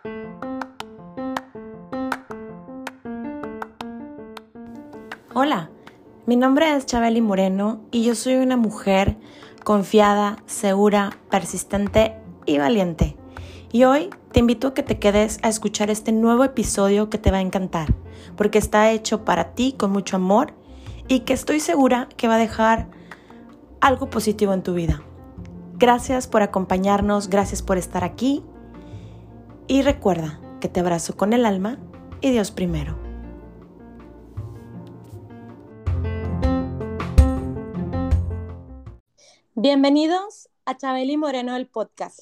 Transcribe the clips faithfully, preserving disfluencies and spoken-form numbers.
Hola, mi nombre es Chabeli Moreno y yo soy una mujer confiada, segura, persistente y valiente. Y hoy te invito a que te quedes a escuchar este nuevo episodio que te va a encantar, porque está hecho para ti con mucho amor y que estoy segura que va a dejar algo positivo en tu vida. Gracias por acompañarnos, gracias por estar aquí y recuerda que te abrazo con el alma y Dios primero. Bienvenidos a Chabeli Moreno, el podcast.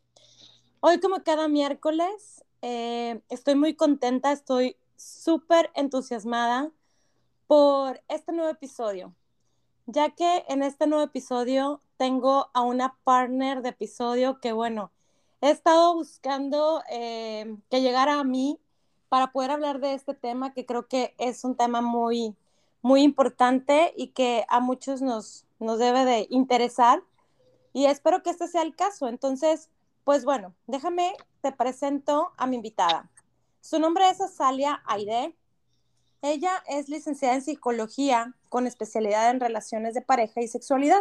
Hoy, como cada miércoles, eh, estoy muy contenta, estoy súper entusiasmada por este nuevo episodio, ya que en este nuevo episodio tengo a una partner de episodio que, bueno, he estado buscando eh, que llegara a mí para poder hablar de este tema, que creo que es un tema muy, muy importante y que a muchos nos, nos debe de interesar. Y espero que este sea el caso. Entonces, pues bueno, déjame, te presento a mi invitada. Su nombre es Azalia Aide. Ella es licenciada en psicología con especialidad en relaciones de pareja y sexualidad,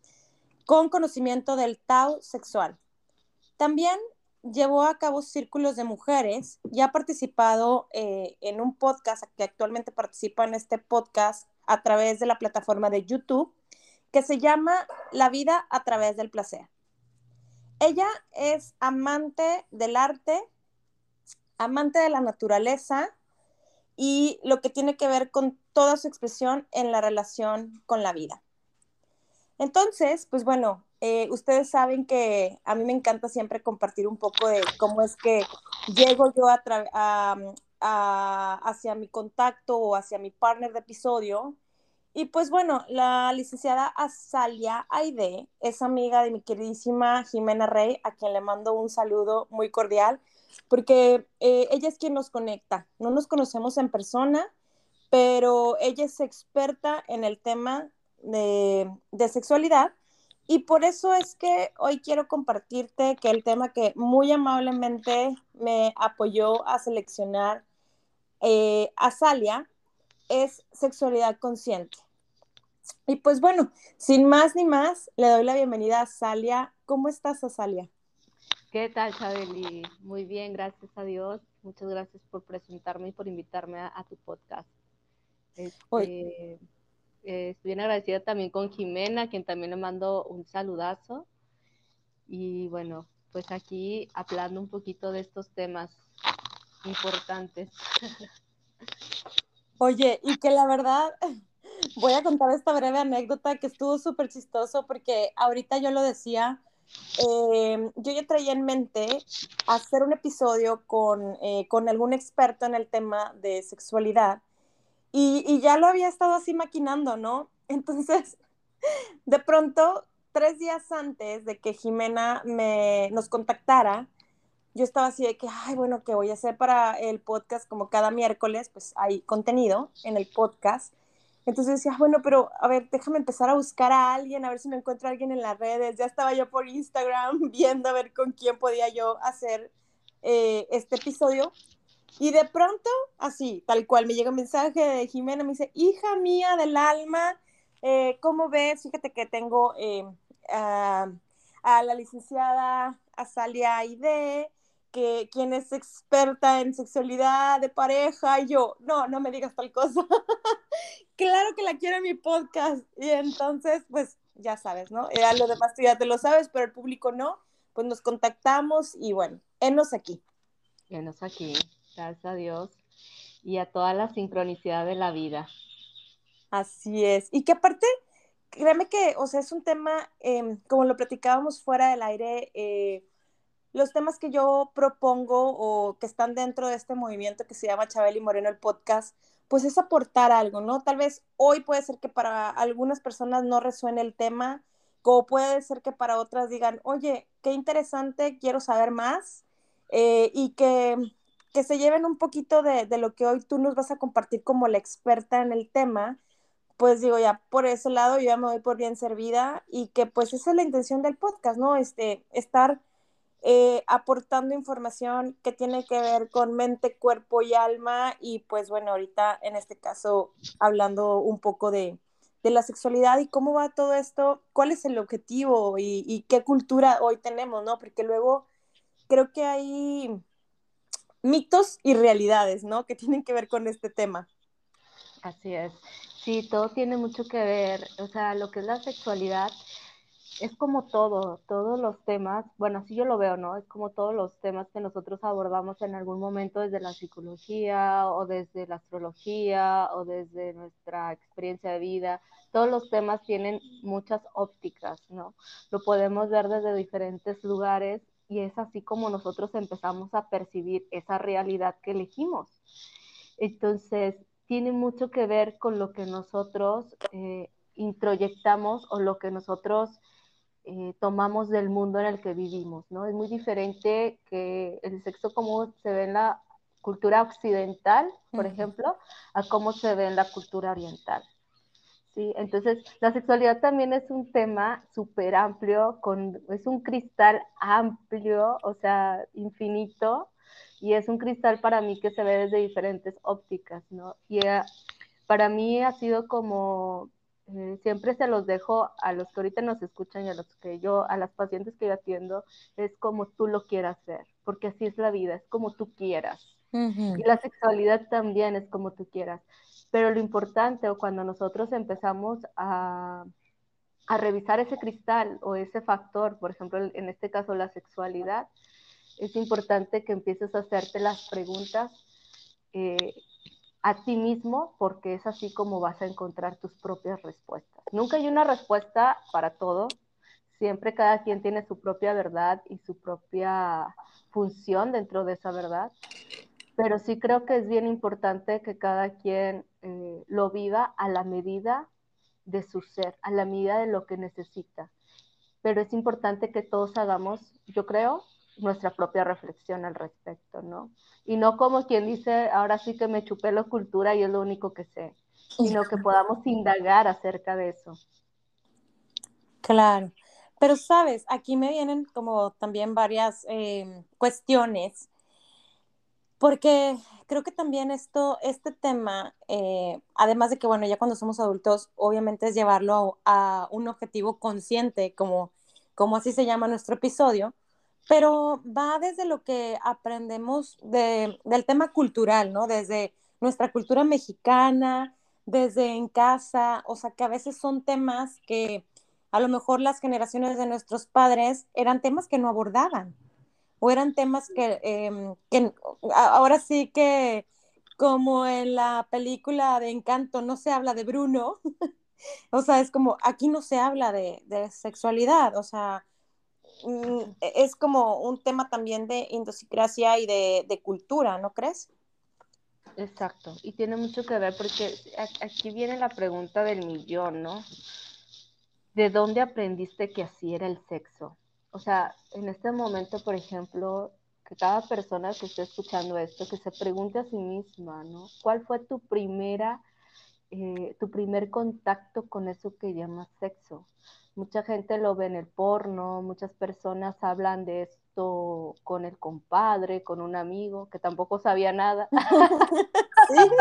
con conocimiento del Tao sexual. También llevó a cabo círculos de mujeres y ha participado eh, en un podcast, que actualmente participa en este podcast a través de la plataforma de YouTube, que se llama La vida a través del placer. Ella es amante del arte, amante de la naturaleza y lo que tiene que ver con toda su expresión en la relación con la vida. Entonces, pues bueno, eh, ustedes saben que a mí me encanta siempre compartir un poco de cómo es que llego yo a tra- a, a, hacia mi contacto o hacia mi partner de episodio. Y pues bueno, la licenciada Azalia Aide es amiga de mi queridísima Jimena Rey, a quien le mando un saludo muy cordial, porque eh, ella es quien nos conecta. No nos conocemos en persona, pero ella es experta en el tema de, de sexualidad y por eso es que hoy quiero compartirte que el tema que muy amablemente me apoyó a seleccionar eh, Azalia es sexualidad consciente. Y pues bueno, sin más ni más, le doy la bienvenida a Azalia. ¿Cómo estás, Azalia? ¿Qué tal, Chabeli? Muy bien, gracias a Dios. Muchas gracias por presentarme y por invitarme a, a tu podcast. Hoy, Este, eh, estoy bien agradecida también con Jimena, a quien también le mando un saludazo. Y bueno, pues aquí hablando un poquito de estos temas importantes. oye, y que la verdad, voy a contar esta breve anécdota que estuvo súper chistoso porque ahorita yo lo decía, eh, yo ya traía en mente hacer un episodio con, eh, con algún experto en el tema de sexualidad y, y ya lo había estado así maquinando, ¿no? Entonces, de pronto, tres días antes de que Jimena me, nos contactara, yo estaba así de que, ay, bueno, ¿qué voy a hacer para el podcast? Como cada miércoles, pues hay contenido en el podcast. Entonces decía, bueno, pero a ver, déjame empezar a buscar a alguien, a ver si me encuentro a alguien en las redes. Ya estaba yo por Instagram viendo a ver con quién podía yo hacer eh, este episodio. Y de pronto, así, tal cual, me llega un mensaje de Jimena, me dice, hija mía del alma, eh, ¿cómo ves? Fíjate que tengo eh, a, a la licenciada Azalia Aide, que quien es experta en sexualidad de pareja, y yo, no, no me digas tal cosa. Claro que la quiero en mi podcast. Y entonces, pues, ya sabes, ¿no? Ya lo demás tú ya te lo sabes, pero el público no. Pues nos contactamos y bueno, enos aquí. Venos aquí, gracias a Dios y a toda la sincronicidad de la vida. Así es. Y que aparte, créeme que, o sea, es un tema, eh, como lo platicábamos fuera del aire, eh, los temas que yo propongo o que están dentro de este movimiento que se llama Chabeli Moreno el podcast, pues es aportar algo, ¿no? Tal vez hoy puede ser que para algunas personas no resuene el tema, como puede ser que para otras digan, oye, qué interesante, quiero saber más, eh, y que, que se lleven un poquito de, de lo que hoy tú nos vas a compartir como la experta en el tema. Pues digo, ya por ese lado yo ya me voy por bien servida y que pues esa es la intención del podcast, ¿no? Este, estar eh, aportando información que tiene que ver con mente, cuerpo y alma, y pues bueno, ahorita en este caso hablando un poco de, de la sexualidad y cómo va todo esto, cuál es el objetivo y, y qué cultura hoy tenemos, ¿no? Porque luego creo que hay mitos y realidades, ¿no? Que tienen que ver con este tema. Así es. Sí, todo tiene mucho que ver, o sea, lo que es la sexualidad es como todo, todos los temas, bueno, así yo lo veo, ¿no? Es como todos los temas que nosotros abordamos en algún momento desde la psicología o desde la astrología o desde nuestra experiencia de vida. Todos los temas tienen muchas ópticas, ¿no? Lo podemos ver desde diferentes lugares y es así como nosotros empezamos a percibir esa realidad que elegimos. Entonces, tiene mucho que ver con lo que nosotros eh, introyectamos o lo que nosotros eh, tomamos del mundo en el que vivimos, ¿no? Es muy diferente que el sexo como se ve en la cultura occidental, por Uh-huh. ejemplo, a cómo se ve en la cultura oriental. ¿Sí? Entonces, la sexualidad también es un tema súper amplio, con, es un cristal amplio, o sea, infinito, y es un cristal para mí que se ve desde diferentes ópticas, ¿no? Y eh, para mí ha sido como, eh, siempre se los dejo a los que ahorita nos escuchan y a los que yo, a las pacientes que yo atiendo, es como tú lo quieras ver, porque así es la vida, es como tú quieras. Uh-huh. Y la sexualidad también es como tú quieras. Pero lo importante, o cuando nosotros empezamos a, a revisar ese cristal o ese factor, por ejemplo, en este caso la sexualidad, es importante que empieces a hacerte las preguntas eh, a ti mismo, porque es así como vas a encontrar tus propias respuestas. Nunca hay una respuesta para todo, siempre cada quien tiene su propia verdad y su propia función dentro de esa verdad, pero sí creo que es bien importante que cada quien eh, lo viva a la medida de su ser, a la medida de lo que necesita. Pero es importante que todos hagamos, yo creo, nuestra propia reflexión al respecto, ¿no? Y no como quien dice, ahora sí que me chupé la cultura y es lo único que sé, sino que podamos indagar acerca de eso. Claro, pero sabes, aquí me vienen como también varias eh, cuestiones, porque creo que también esto, este tema, eh, además de que, bueno, ya cuando somos adultos, obviamente es llevarlo a, a un objetivo consciente, como, como así se llama nuestro episodio, pero va desde lo que aprendemos de, del tema cultural, ¿no? Desde nuestra cultura mexicana, desde en casa, o sea, que a veces son temas que a lo mejor las generaciones de nuestros padres eran temas que no abordaban o eran temas que, eh, que ahora sí que como en la película de Encanto no se habla de Bruno, o sea, es como aquí no se habla de, de sexualidad, o sea, mm, es como un tema también de idiosincrasia y de, de cultura, ¿no crees? Exacto, y tiene mucho que ver porque aquí viene la pregunta del millón, ¿no? ¿De dónde aprendiste que así era el sexo? O sea, en este momento, por ejemplo, que cada persona que esté escuchando esto, que se pregunte a sí misma, ¿no? ¿Cuál fue tu primera, eh, tu primer contacto con eso que llamas sexo? Mucha gente lo ve en el porno, muchas personas hablan de esto con el compadre, con un amigo que tampoco sabía nada. Sí.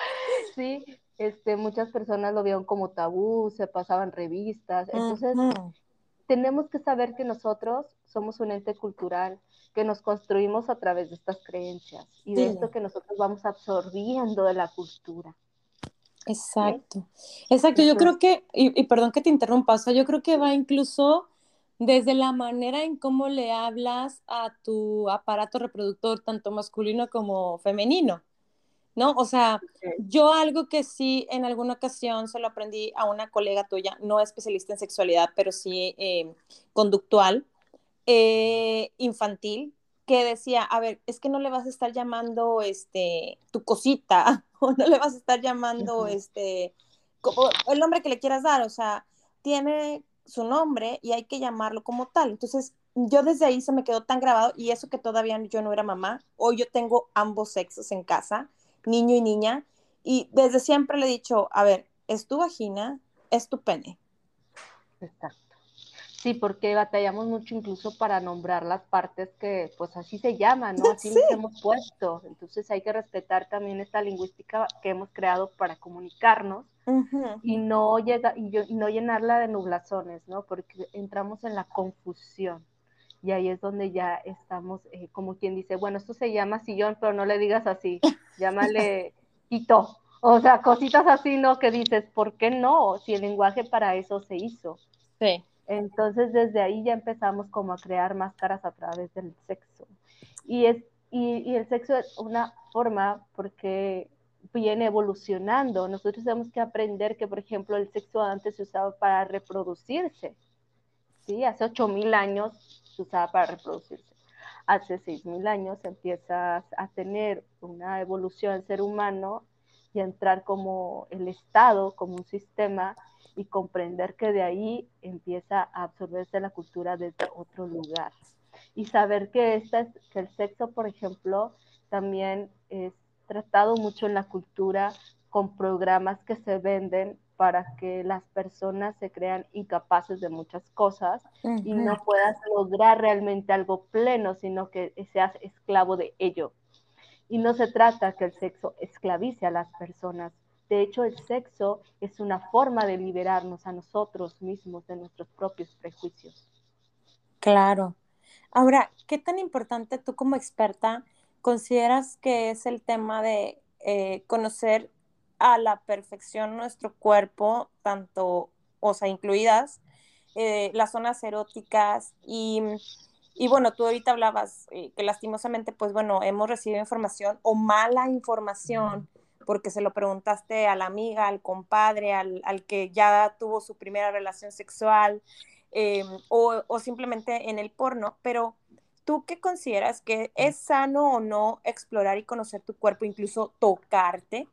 Sí, este, muchas personas lo vieron como tabú, se pasaban revistas. Entonces, Uh-huh. tenemos que saber que nosotros somos un ente cultural, que nos construimos a través de estas creencias y de Sí, esto que nosotros vamos absorbiendo de la cultura. ¿Sí? exacto. Exacto, yo Entonces, creo que, y, y perdón que te interrumpa, o sea, yo creo que va incluso desde la manera en cómo le hablas a tu aparato reproductor, tanto masculino como femenino, ¿no? O sea, yo algo que sí en alguna ocasión se lo aprendí a una colega tuya, no especialista en sexualidad, pero sí eh, conductual, eh, infantil, que decía, a ver, es que no le vas a estar llamando este, tu cosita, o no le vas a estar llamando uh-huh. este, como el nombre que le quieras dar, o sea, tiene su nombre y hay que llamarlo como tal. Entonces, yo desde ahí se me quedó tan grabado, y eso que todavía yo no era mamá, hoy yo tengo ambos sexos en casa, niño y niña, y desde siempre le he dicho, a ver, es tu vagina, es tu pene. Exacto. Sí, porque batallamos mucho incluso para nombrar las partes que pues así se llaman, ¿no? Así Sí. les hemos puesto. Entonces hay que respetar también esta lingüística que hemos creado para comunicarnos Ujú. y no, llega, y, yo, y no llenarla de nublazones, ¿no? Porque entramos en la confusión. Y ahí es donde ya estamos, eh, como quien dice, bueno, esto se llama sillón, pero no le digas así, llámale quito. O sea, cositas así, ¿no? Que dices, ¿por qué no? Si el lenguaje para eso se hizo. Sí. Entonces, desde ahí ya empezamos como a crear máscaras a través del sexo. Y, es, y, y el sexo es una forma porque viene evolucionando. Nosotros tenemos que aprender que, por ejemplo, el sexo antes se usaba para reproducirse. ¿Sí? Hace ocho mil años se usaba para reproducirse. Hace seis mil años empiezas a tener una evolución del ser humano y a entrar como el Estado, como un sistema, y comprender que de ahí empieza a absorberse la cultura desde otro lugar. Y saber que, esta, que el sexo, por ejemplo, también es tratado mucho en la cultura con programas que se venden para que las personas se crean incapaces de muchas cosas y Ujú. no puedas lograr realmente algo pleno, sino que seas esclavo de ello. Y no se trata que el sexo esclavice a las personas. De hecho, el sexo es una forma de liberarnos a nosotros mismos de nuestros propios prejuicios. Claro. Ahora, ¿qué tan importante tú como experta consideras que es el tema de eh, conocer a la perfección nuestro cuerpo, tanto, o sea, incluidas eh, las zonas eróticas y, y bueno, tú ahorita hablabas eh, que lastimosamente, pues bueno, hemos recibido información o mala información porque se lo preguntaste a la amiga, al compadre, al, al que ya tuvo su primera relación sexual eh, o, o simplemente en el porno, pero ¿tú qué consideras que es sano o no explorar y conocer tu cuerpo, incluso tocarte?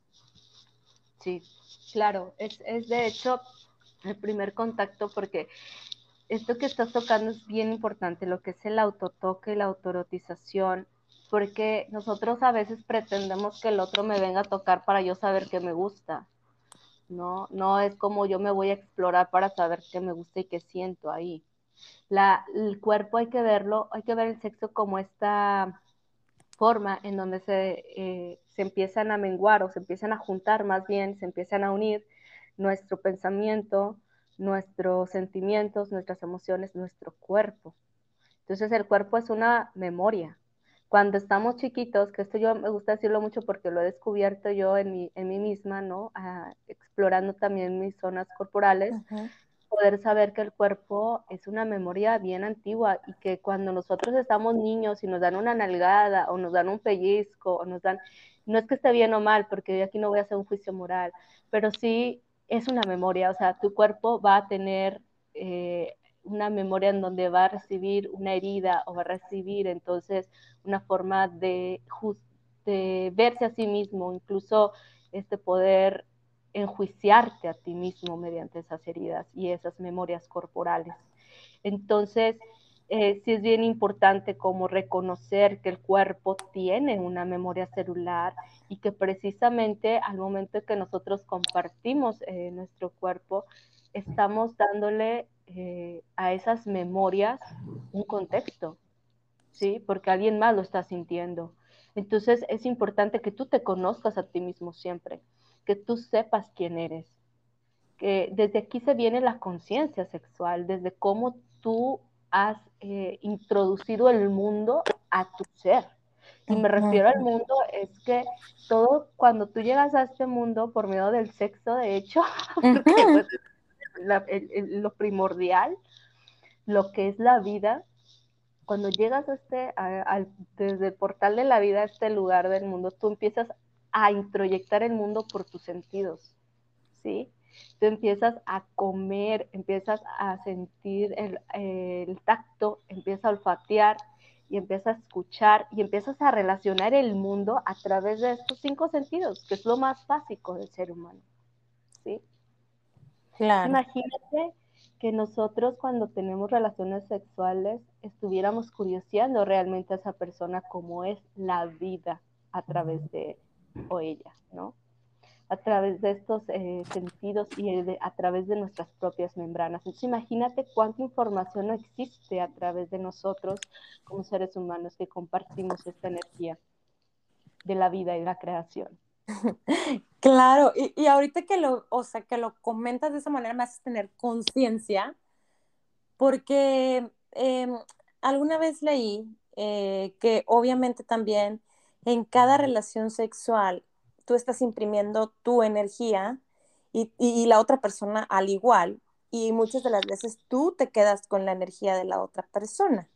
Sí, claro, es, es de hecho el primer contacto porque esto que estás tocando es bien importante, lo que es el autotoque y la autoerotización, porque nosotros a veces pretendemos que el otro me venga a tocar para yo saber que me gusta, ¿no? No es como yo me voy a explorar para saber qué me gusta y qué siento ahí. La, el cuerpo hay que verlo, hay que ver el sexo como esta forma en donde se, eh, se empiezan a menguar o se empiezan a juntar más bien, se empiezan a unir nuestro pensamiento, nuestros sentimientos, nuestras emociones, nuestro cuerpo. Entonces el cuerpo es una memoria. Cuando estamos chiquitos, que esto yo me gusta decirlo mucho porque lo he descubierto yo en mí, en mí misma, ¿no? Ah, explorando también mis zonas corporales, Ujú. poder saber que el cuerpo es una memoria bien antigua y que cuando nosotros estamos niños y nos dan una nalgada o nos dan un pellizco o nos dan, no es que esté bien o mal, porque yo aquí no voy a hacer un juicio moral, pero sí es una memoria, o sea, tu cuerpo va a tener eh, una memoria en donde va a recibir una herida o va a recibir entonces una forma de, just, de verse a sí mismo, incluso este poder enjuiciarte a ti mismo mediante esas heridas y esas memorias corporales. Entonces, eh, sí es bien importante como reconocer que el cuerpo tiene una memoria celular y que precisamente al momento que nosotros compartimos eh, nuestro cuerpo, estamos dándole eh, a esas memorias un contexto, ¿sí? Porque alguien más lo está sintiendo. Entonces es importante que tú te conozcas a ti mismo siempre, que tú sepas quién eres, que desde aquí se viene la conciencia sexual, desde cómo tú has eh, introducido el mundo a tu ser. Y me Ujú. refiero al mundo, es que todo cuando tú llegas a este mundo por medio del sexo, de hecho, porque Ujú. pues la, el, el, lo primordial, lo que es la vida, cuando llegas a este, a, a, desde el portal de la vida a este lugar del mundo, tú empiezas a introyectar el mundo por tus sentidos, ¿sí? Tú empiezas a comer, empiezas a sentir el, el tacto, empiezas a olfatear y empiezas a escuchar y empiezas a relacionar el mundo a través de estos cinco sentidos, que es lo más básico del ser humano, ¿sí? Claro. Imagínate que nosotros cuando tenemos relaciones sexuales estuviéramos curioseando realmente a esa persona cómo es la vida a través de él o ella, ¿no? a través de estos eh, sentidos y de, a través de nuestras propias membranas. Entonces imagínate cuánta información no existe a través de nosotros como seres humanos que compartimos esta energía de la vida y la creación. Claro, y, y ahorita que lo, o sea, que lo comentas de esa manera me haces tener conciencia, porque eh, alguna vez leí eh, que obviamente también en cada relación sexual tú estás imprimiendo tu energía y, y, y la otra persona al igual, y muchas de las veces tú te quedas con la energía de la otra persona.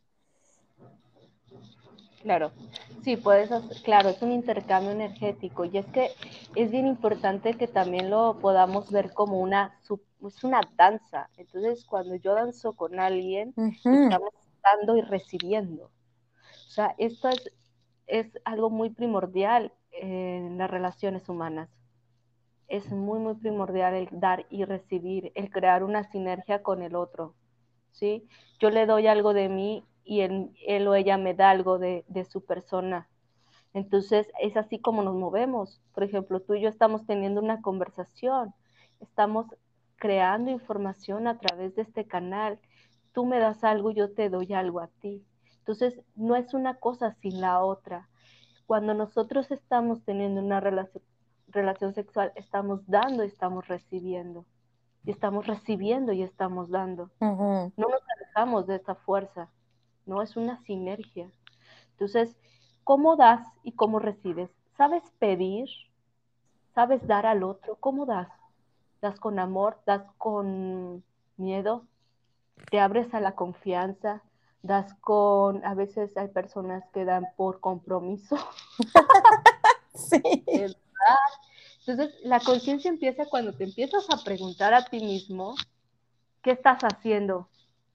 Claro, sí, puedes hacer, claro, es un intercambio energético y es que es bien importante que también lo podamos ver como una, es una danza. Entonces, cuando yo danzo con alguien, Uh-huh. estamos dando y recibiendo. O sea, esto es, es algo muy primordial en las relaciones humanas. Es muy, muy primordial el dar y recibir, el crear una sinergia con el otro, ¿sí? Yo le doy algo de mí y él, él o ella me da algo de, de su persona. Entonces, es así como nos movemos. Por ejemplo, tú y yo estamos teniendo una conversación, estamos creando información a través de este canal. Tú me das algo, yo te doy algo a ti. Entonces, no es una cosa sin la otra. Cuando nosotros estamos teniendo una relación, relación sexual, estamos dando y estamos recibiendo. Y estamos recibiendo y estamos dando. Uh-huh. No nos alejamos de esta fuerza, no es una sinergia. Entonces, ¿cómo das y cómo recibes? ¿Sabes pedir? ¿Sabes dar al otro? ¿Cómo das? ¿Das con amor? ¿Das con miedo? ¿Te abres a la confianza? ¿Das con, a veces hay personas que dan por compromiso? Sí. Entonces, la conciencia empieza cuando te empiezas a preguntar a ti mismo, ¿qué estás haciendo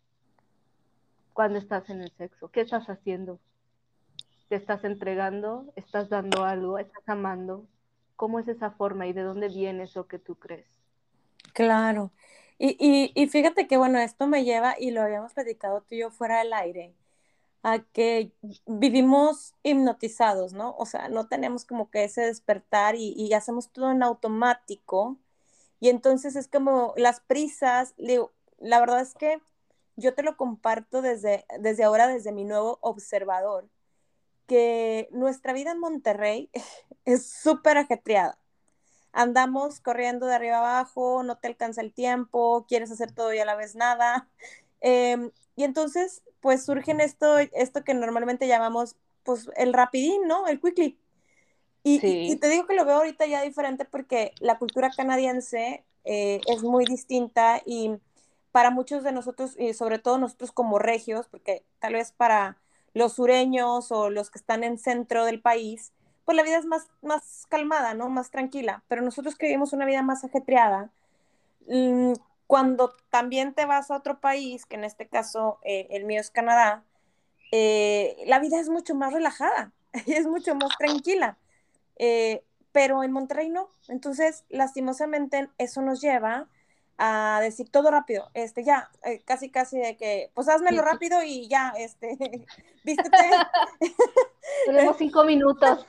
cuando estás en el sexo? ¿Qué estás haciendo? ¿Te estás entregando? ¿Estás dando algo? ¿Estás amando? ¿Cómo es esa forma y de dónde viene eso que tú crees? Claro. Y, y, y fíjate que, bueno, esto me lleva, y lo habíamos platicado tú y yo fuera del aire, a que vivimos hipnotizados, ¿no? O sea, no tenemos como que ese despertar y, y hacemos todo en automático. Y entonces es como las prisas, digo, la verdad es que yo te lo comparto desde, desde ahora, desde mi nuevo observador, que nuestra vida en Monterrey es súper ajetreada. Andamos corriendo de arriba abajo, no te alcanza el tiempo, quieres hacer todo y a la vez nada. Eh, y entonces, pues surgen esto, esto que normalmente llamamos, pues, el rapidín, ¿no? El quickly. Y, y, y Sí, te digo que lo veo ahorita ya diferente porque la cultura canadiense eh, es muy distinta y para muchos de nosotros, y sobre todo nosotros como regios, porque tal vez para los sureños o los que están en centro del país, pues la vida es más, más calmada, ¿no? Más tranquila. Pero nosotros que vivimos una vida más ajetreada, mm, cuando también te vas a otro país, que en este caso eh, el mío es Canadá, eh, la vida es mucho más relajada y es mucho más tranquila. Eh, pero en Monterrey no. Entonces, lastimosamente, eso nos lleva a decir todo rápido, este, ya, eh, casi, casi de que, pues házmelo sí, rápido y ya, este, vístete. tenemos cinco minutos.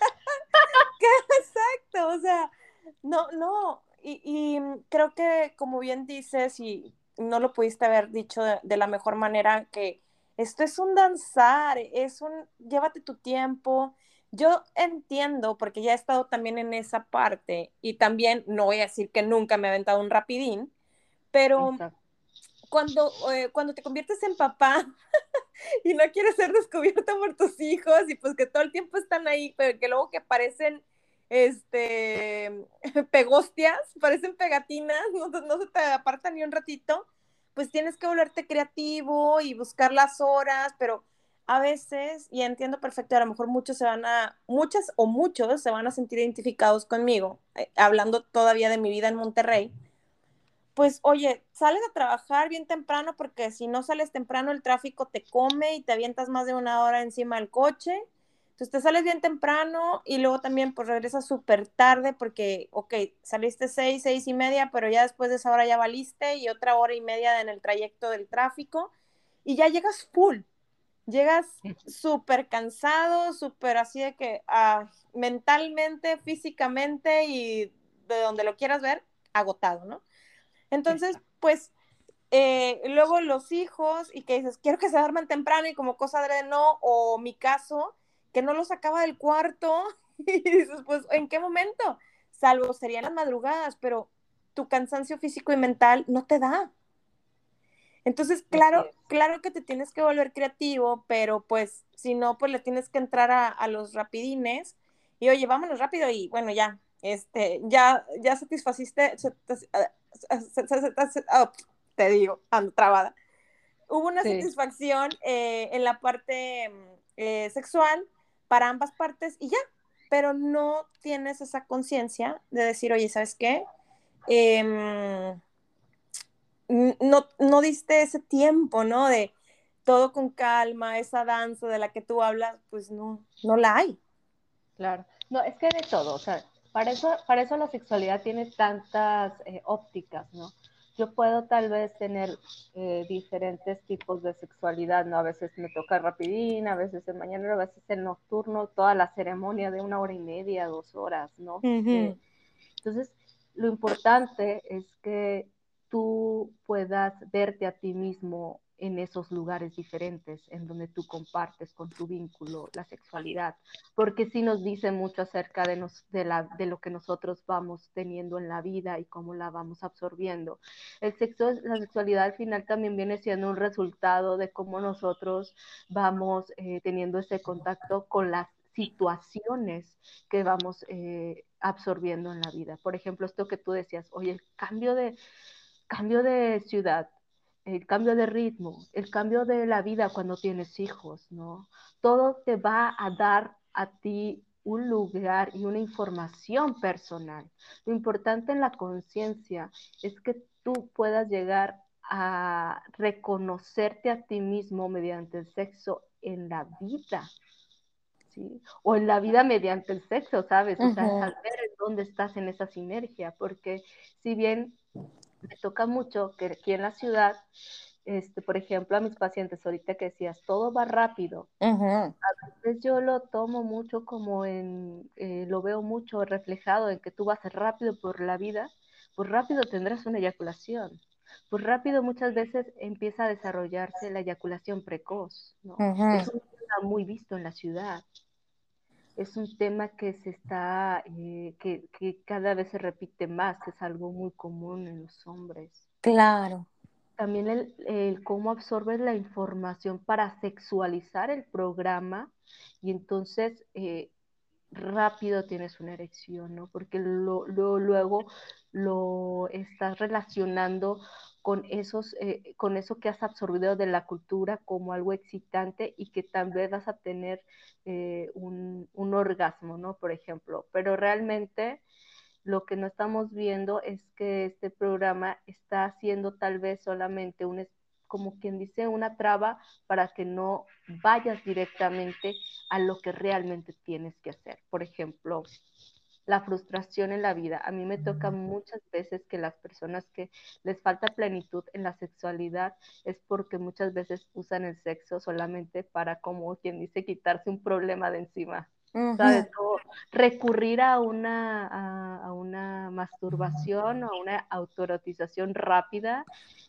Exacto, o sea, no, no, y, y creo que como bien dices, y no lo pudiste haber dicho de, de la mejor manera, que esto es un danzar, es un, llévate tu tiempo. Yo entiendo, porque ya he estado también en esa parte, y también no voy a decir que nunca me he aventado un rapidín, pero Exacto. cuando, eh, cuando te conviertes en papá y no quieres ser descubierto por tus hijos y pues que todo el tiempo están ahí, pero que luego que parecen este pegostias, parecen pegatinas, no, no se te apartan ni un ratito, pues tienes que volverte creativo y buscar las horas, pero a veces, y entiendo perfecto, a lo mejor muchos se van a, muchas o muchos se van a sentir identificados conmigo, eh, hablando todavía de mi vida en Monterrey, pues oye, sales a trabajar bien temprano porque si no sales temprano el tráfico te come y te avientas más de una hora encima del coche. Entonces te sales bien temprano y luego también pues regresas súper tarde porque, ok, saliste seis, seis y media, pero ya después de esa hora ya valiste y otra hora y media en el trayecto del tráfico y ya llegas full, llegas súper cansado, súper así de que ah, mentalmente, físicamente y de donde lo quieras ver, agotado, ¿no? Entonces, pues, eh, luego los hijos, y que dices, quiero que se duerman temprano, y como cosa de no, o mi caso, que no lo sacaba del cuarto, y dices, pues, ¿en qué momento? Salvo serían las madrugadas, pero tu cansancio físico y mental no te da. Entonces, claro, claro que te tienes que volver creativo, pero pues, si no, pues le tienes que entrar a, a los rapidines, y oye, vámonos rápido, y bueno, ya, este, ya, ya satisfaciste, se- se- se- se- se- se- oh, te digo, ando trabada. Hubo una Sí. satisfacción eh, en la parte eh, sexual para ambas partes y ya, pero no tienes esa conciencia de decir, oye, ¿sabes qué? Em, no, no diste ese tiempo, ¿no? De todo con calma, esa danza de la que tú hablas, pues no, no la hay. Claro. No, es que de todo, o sea, para eso, para eso la sexualidad tiene tantas eh, ópticas, ¿no? Yo puedo tal vez tener eh, diferentes tipos de sexualidad, ¿no? A veces me toca rapidín, a veces el mañanero, a veces el nocturno, toda la ceremonia de una hora y media, dos horas, ¿no? Uh-huh. Eh, entonces, lo importante es que tú puedas verte a ti mismo en esos lugares diferentes, en donde tú compartes con tu vínculo la sexualidad, porque sí nos dice mucho acerca de, nos, de, la, de lo que nosotros vamos teniendo en la vida y cómo la vamos absorbiendo. El sexo, la sexualidad al final también viene siendo un resultado de cómo nosotros vamos eh, teniendo ese contacto con las situaciones que vamos eh, absorbiendo en la vida. Por ejemplo, esto que tú decías, oye, el cambio de, cambio de ciudad, el cambio de ritmo, el cambio de la vida cuando tienes hijos, ¿no? Todo te va a dar a ti un lugar y una información personal. Lo importante en la conciencia es que tú puedas llegar a reconocerte a ti mismo mediante el sexo en la vida, ¿sí? O en la vida mediante el sexo, ¿sabes? O sea, Uh-huh. saber en dónde estás en esa sinergia, porque si bien me toca mucho que aquí en la ciudad, este, por ejemplo, a mis pacientes, ahorita que decías, todo va rápido. Uh-huh. A veces yo lo tomo mucho como en, eh, lo veo mucho reflejado en que tú vas rápido por la vida, pues rápido tendrás una eyaculación. Pues rápido muchas veces empieza a desarrollarse la eyaculación precoz, ¿no? Uh-huh. Es un tema muy visto en la ciudad. Es un tema que se está, eh, que, que cada vez se repite más, que es algo muy común en los hombres. Claro. También el, el cómo absorbes la información para sexualizar el programa y entonces eh, rápido tienes una erección, ¿no? Porque lo, lo, luego lo estás relacionando con, esos, eh, con eso que has absorbido de la cultura como algo excitante y que también vas a tener eh, un, un orgasmo, ¿no? Por ejemplo, pero realmente lo que no estamos viendo es que este programa está haciendo tal vez solamente un, como quien dice, una traba para que no vayas directamente a lo que realmente tienes que hacer. Por ejemplo, la frustración en la vida. A mí me toca muchas veces que las personas que les falta plenitud en la sexualidad es porque muchas veces usan el sexo solamente para, como quien dice, quitarse un problema de encima. Uh-huh. ¿Sabes? O recurrir a una, a, a una masturbación o a una autoerotización rápida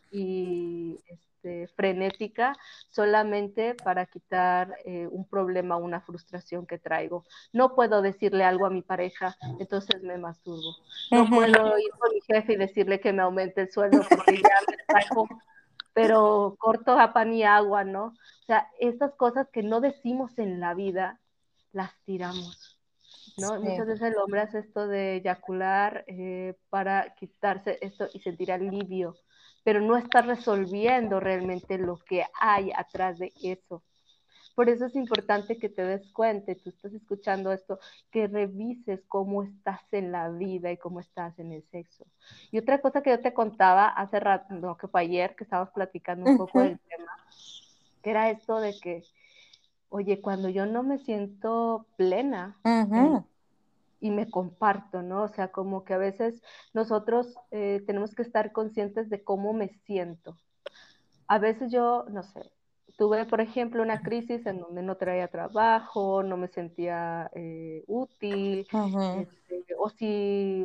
y este, frenética solamente para quitar eh, un problema, una frustración que traigo. No puedo decirle algo a mi pareja, entonces me masturbo. No Uh-huh. puedo ir con mi jefe y decirle que me aumente el sueldo porque ya me traigo, pero corto a pan y agua, ¿no? O sea, estas cosas que no decimos en la vida, las tiramos, ¿no? Sí. Muchas veces el hombre hace esto de eyacular eh, para quitarse esto y sentir alivio, pero no está resolviendo realmente lo que hay atrás de eso. Por eso es importante que te des cuenta, tú estás escuchando esto, que revises cómo estás en la vida y cómo estás en el sexo. Y otra cosa que yo te contaba hace rato, no, que fue ayer, que estábamos platicando un poco Uh-huh. del tema, que era esto de que, oye, cuando yo no me siento plena Uh-huh. en, y me comparto, ¿no? O sea, como que a veces nosotros eh, tenemos que estar conscientes de cómo me siento. A veces yo, no sé, tuve, por ejemplo, una crisis en donde no traía trabajo, no me sentía eh, útil, Uh-huh. este, o si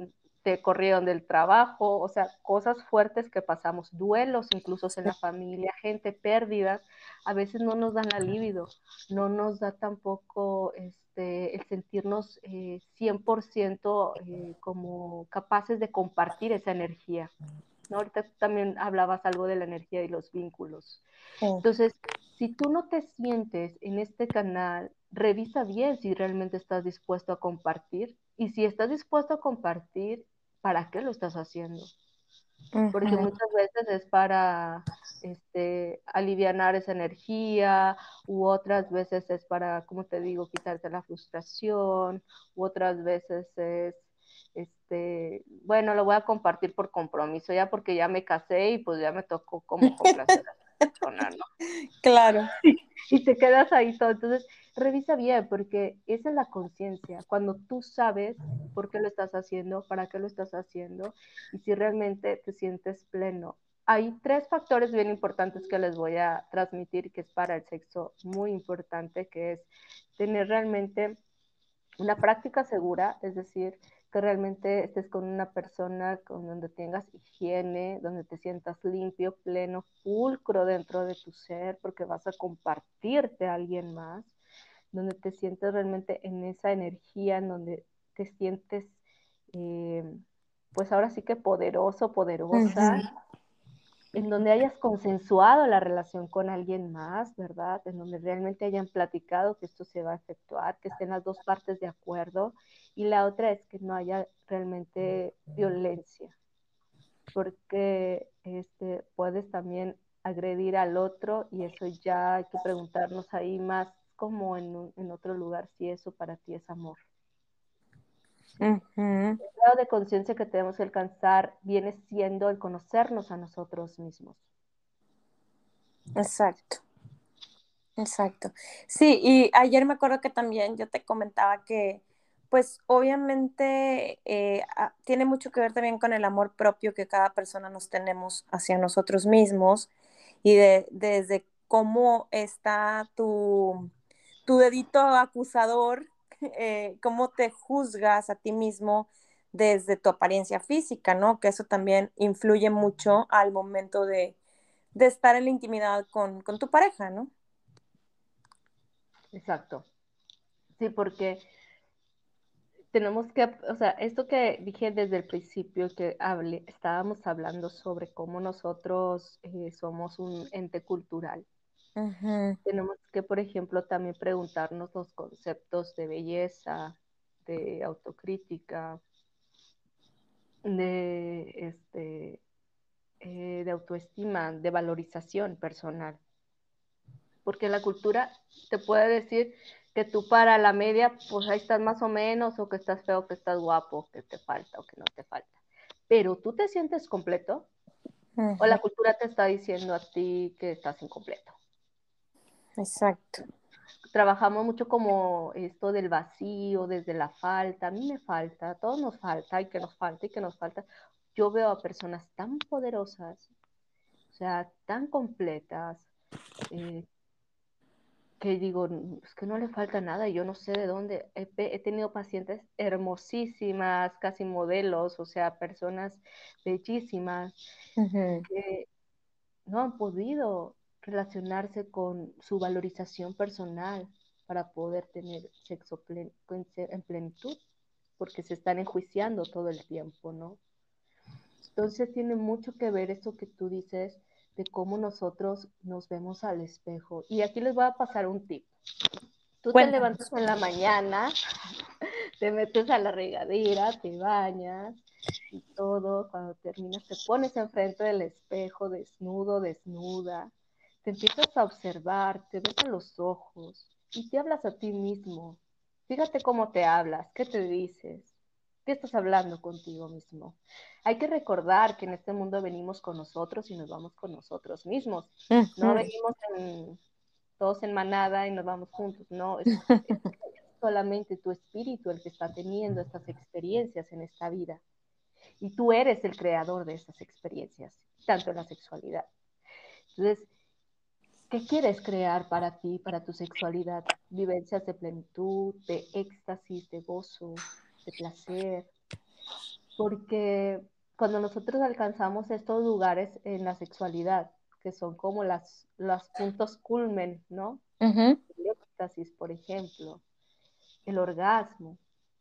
te corrieron del trabajo, o sea, cosas fuertes que pasamos, duelos incluso en la familia, gente, pérdidas, a veces no nos dan la libido, no nos da tampoco este, el sentirnos eh, cien por ciento eh, como capaces de compartir esa energía, ¿no? Ahorita también hablabas algo de la energía y los vínculos. Sí. Entonces, si tú no te sientes en este canal, revisa bien si realmente estás dispuesto a compartir, y si estás dispuesto a compartir, ¿para qué lo estás haciendo? Porque Ujú. muchas veces es para este, alivianar esa energía, u otras veces es para, como te digo, quitarte la frustración, u otras veces es, este, bueno, lo voy a compartir por compromiso, ya porque ya me casé y pues ya me tocó como complacer a esa persona, ¿no? Claro. Y te quedas ahí todo. Entonces, revisa bien, porque esa es la conciencia. Cuando tú sabes por qué lo estás haciendo, para qué lo estás haciendo, y si realmente te sientes pleno. Hay tres factores bien importantes que les voy a transmitir, que es para el sexo muy importante, que es tener realmente una práctica segura, es decir, que realmente estés con una persona con donde tengas higiene, donde te sientas limpio, pleno, pulcro dentro de tu ser, porque vas a compartirte a alguien más, donde te sientes realmente en esa energía, en donde te sientes, eh, pues ahora sí que poderoso, poderosa, Ujú. en donde hayas consensuado la relación con alguien más, ¿verdad? En donde realmente hayan platicado que esto se va a efectuar, que estén las dos partes de acuerdo. Y la otra es que no haya realmente violencia, porque este, puedes también agredir al otro, y eso ya hay que preguntarnos ahí más como en, un, en otro lugar si eso para ti es amor. ¿Sí? Ujú. El grado de conciencia que tenemos que alcanzar viene siendo el conocernos a nosotros mismos. Exacto, exacto. Sí, y ayer me acuerdo que también yo te comentaba que, pues obviamente eh, a- tiene mucho que ver también con el amor propio que cada persona nos tenemos hacia nosotros mismos y de, desde cómo está tu, tu dedito acusador, eh, cómo te juzgas a ti mismo desde tu apariencia física, ¿no? Que eso también influye mucho al momento de, de estar en la intimidad con, con tu pareja, ¿no? Exacto. Sí, porque tenemos que, o sea, esto que dije desde el principio, que hablé, estábamos hablando sobre cómo nosotros eh, somos un ente cultural. Ujú. Tenemos que, por ejemplo, también preguntarnos los conceptos de belleza, de autocrítica, de, este, eh, de autoestima, de valorización personal. Porque la cultura te puede decir que tú para la media, pues ahí estás más o menos, o que estás feo, que estás guapo, que te falta o que no te falta. Pero tú te sientes completo, o Ujú. la cultura te está diciendo a ti que estás incompleto. Exacto. Trabajamos mucho como esto del vacío, desde la falta. A mí me falta, a todos nos falta, y que nos falta, y que nos falta. Yo veo a personas tan poderosas, o sea, tan completas, eh, que digo, es que no le falta nada, yo no sé de dónde. He, he tenido pacientes hermosísimas, casi modelos, o sea, personas bellísimas, Ujú. que no han podido relacionarse con su valorización personal para poder tener sexo plen en plenitud, porque se están enjuiciando todo el tiempo, ¿no? Entonces tiene mucho que ver esto que tú dices de cómo nosotros nos vemos al espejo. Y aquí les voy a pasar un tip. Tú te levantas Cuéntanos. en la mañana, te metes a la regadera, te bañas y todo. Cuando terminas, te pones enfrente del espejo, desnudo, desnuda. Te empiezas a observar, te ves a los ojos y te hablas a ti mismo. Fíjate cómo te hablas, qué te dices, qué estás hablando contigo mismo. Hay que recordar que en este mundo venimos con nosotros y nos vamos con nosotros mismos. No Ujú. venimos en, todos en manada y nos vamos juntos, no, es, es solamente tu espíritu el que está teniendo estas experiencias en esta vida. Y tú eres el creador de esas experiencias, tanto en la sexualidad. Entonces, ¿qué quieres crear para ti, para tu sexualidad? Vivencias de plenitud, de éxtasis, de gozo, de placer. porque cuando nosotros alcanzamos estos lugares en la sexualidad, que son como las, los puntos culmen, ¿no? Ujú. El éxtasis, por ejemplo, el orgasmo,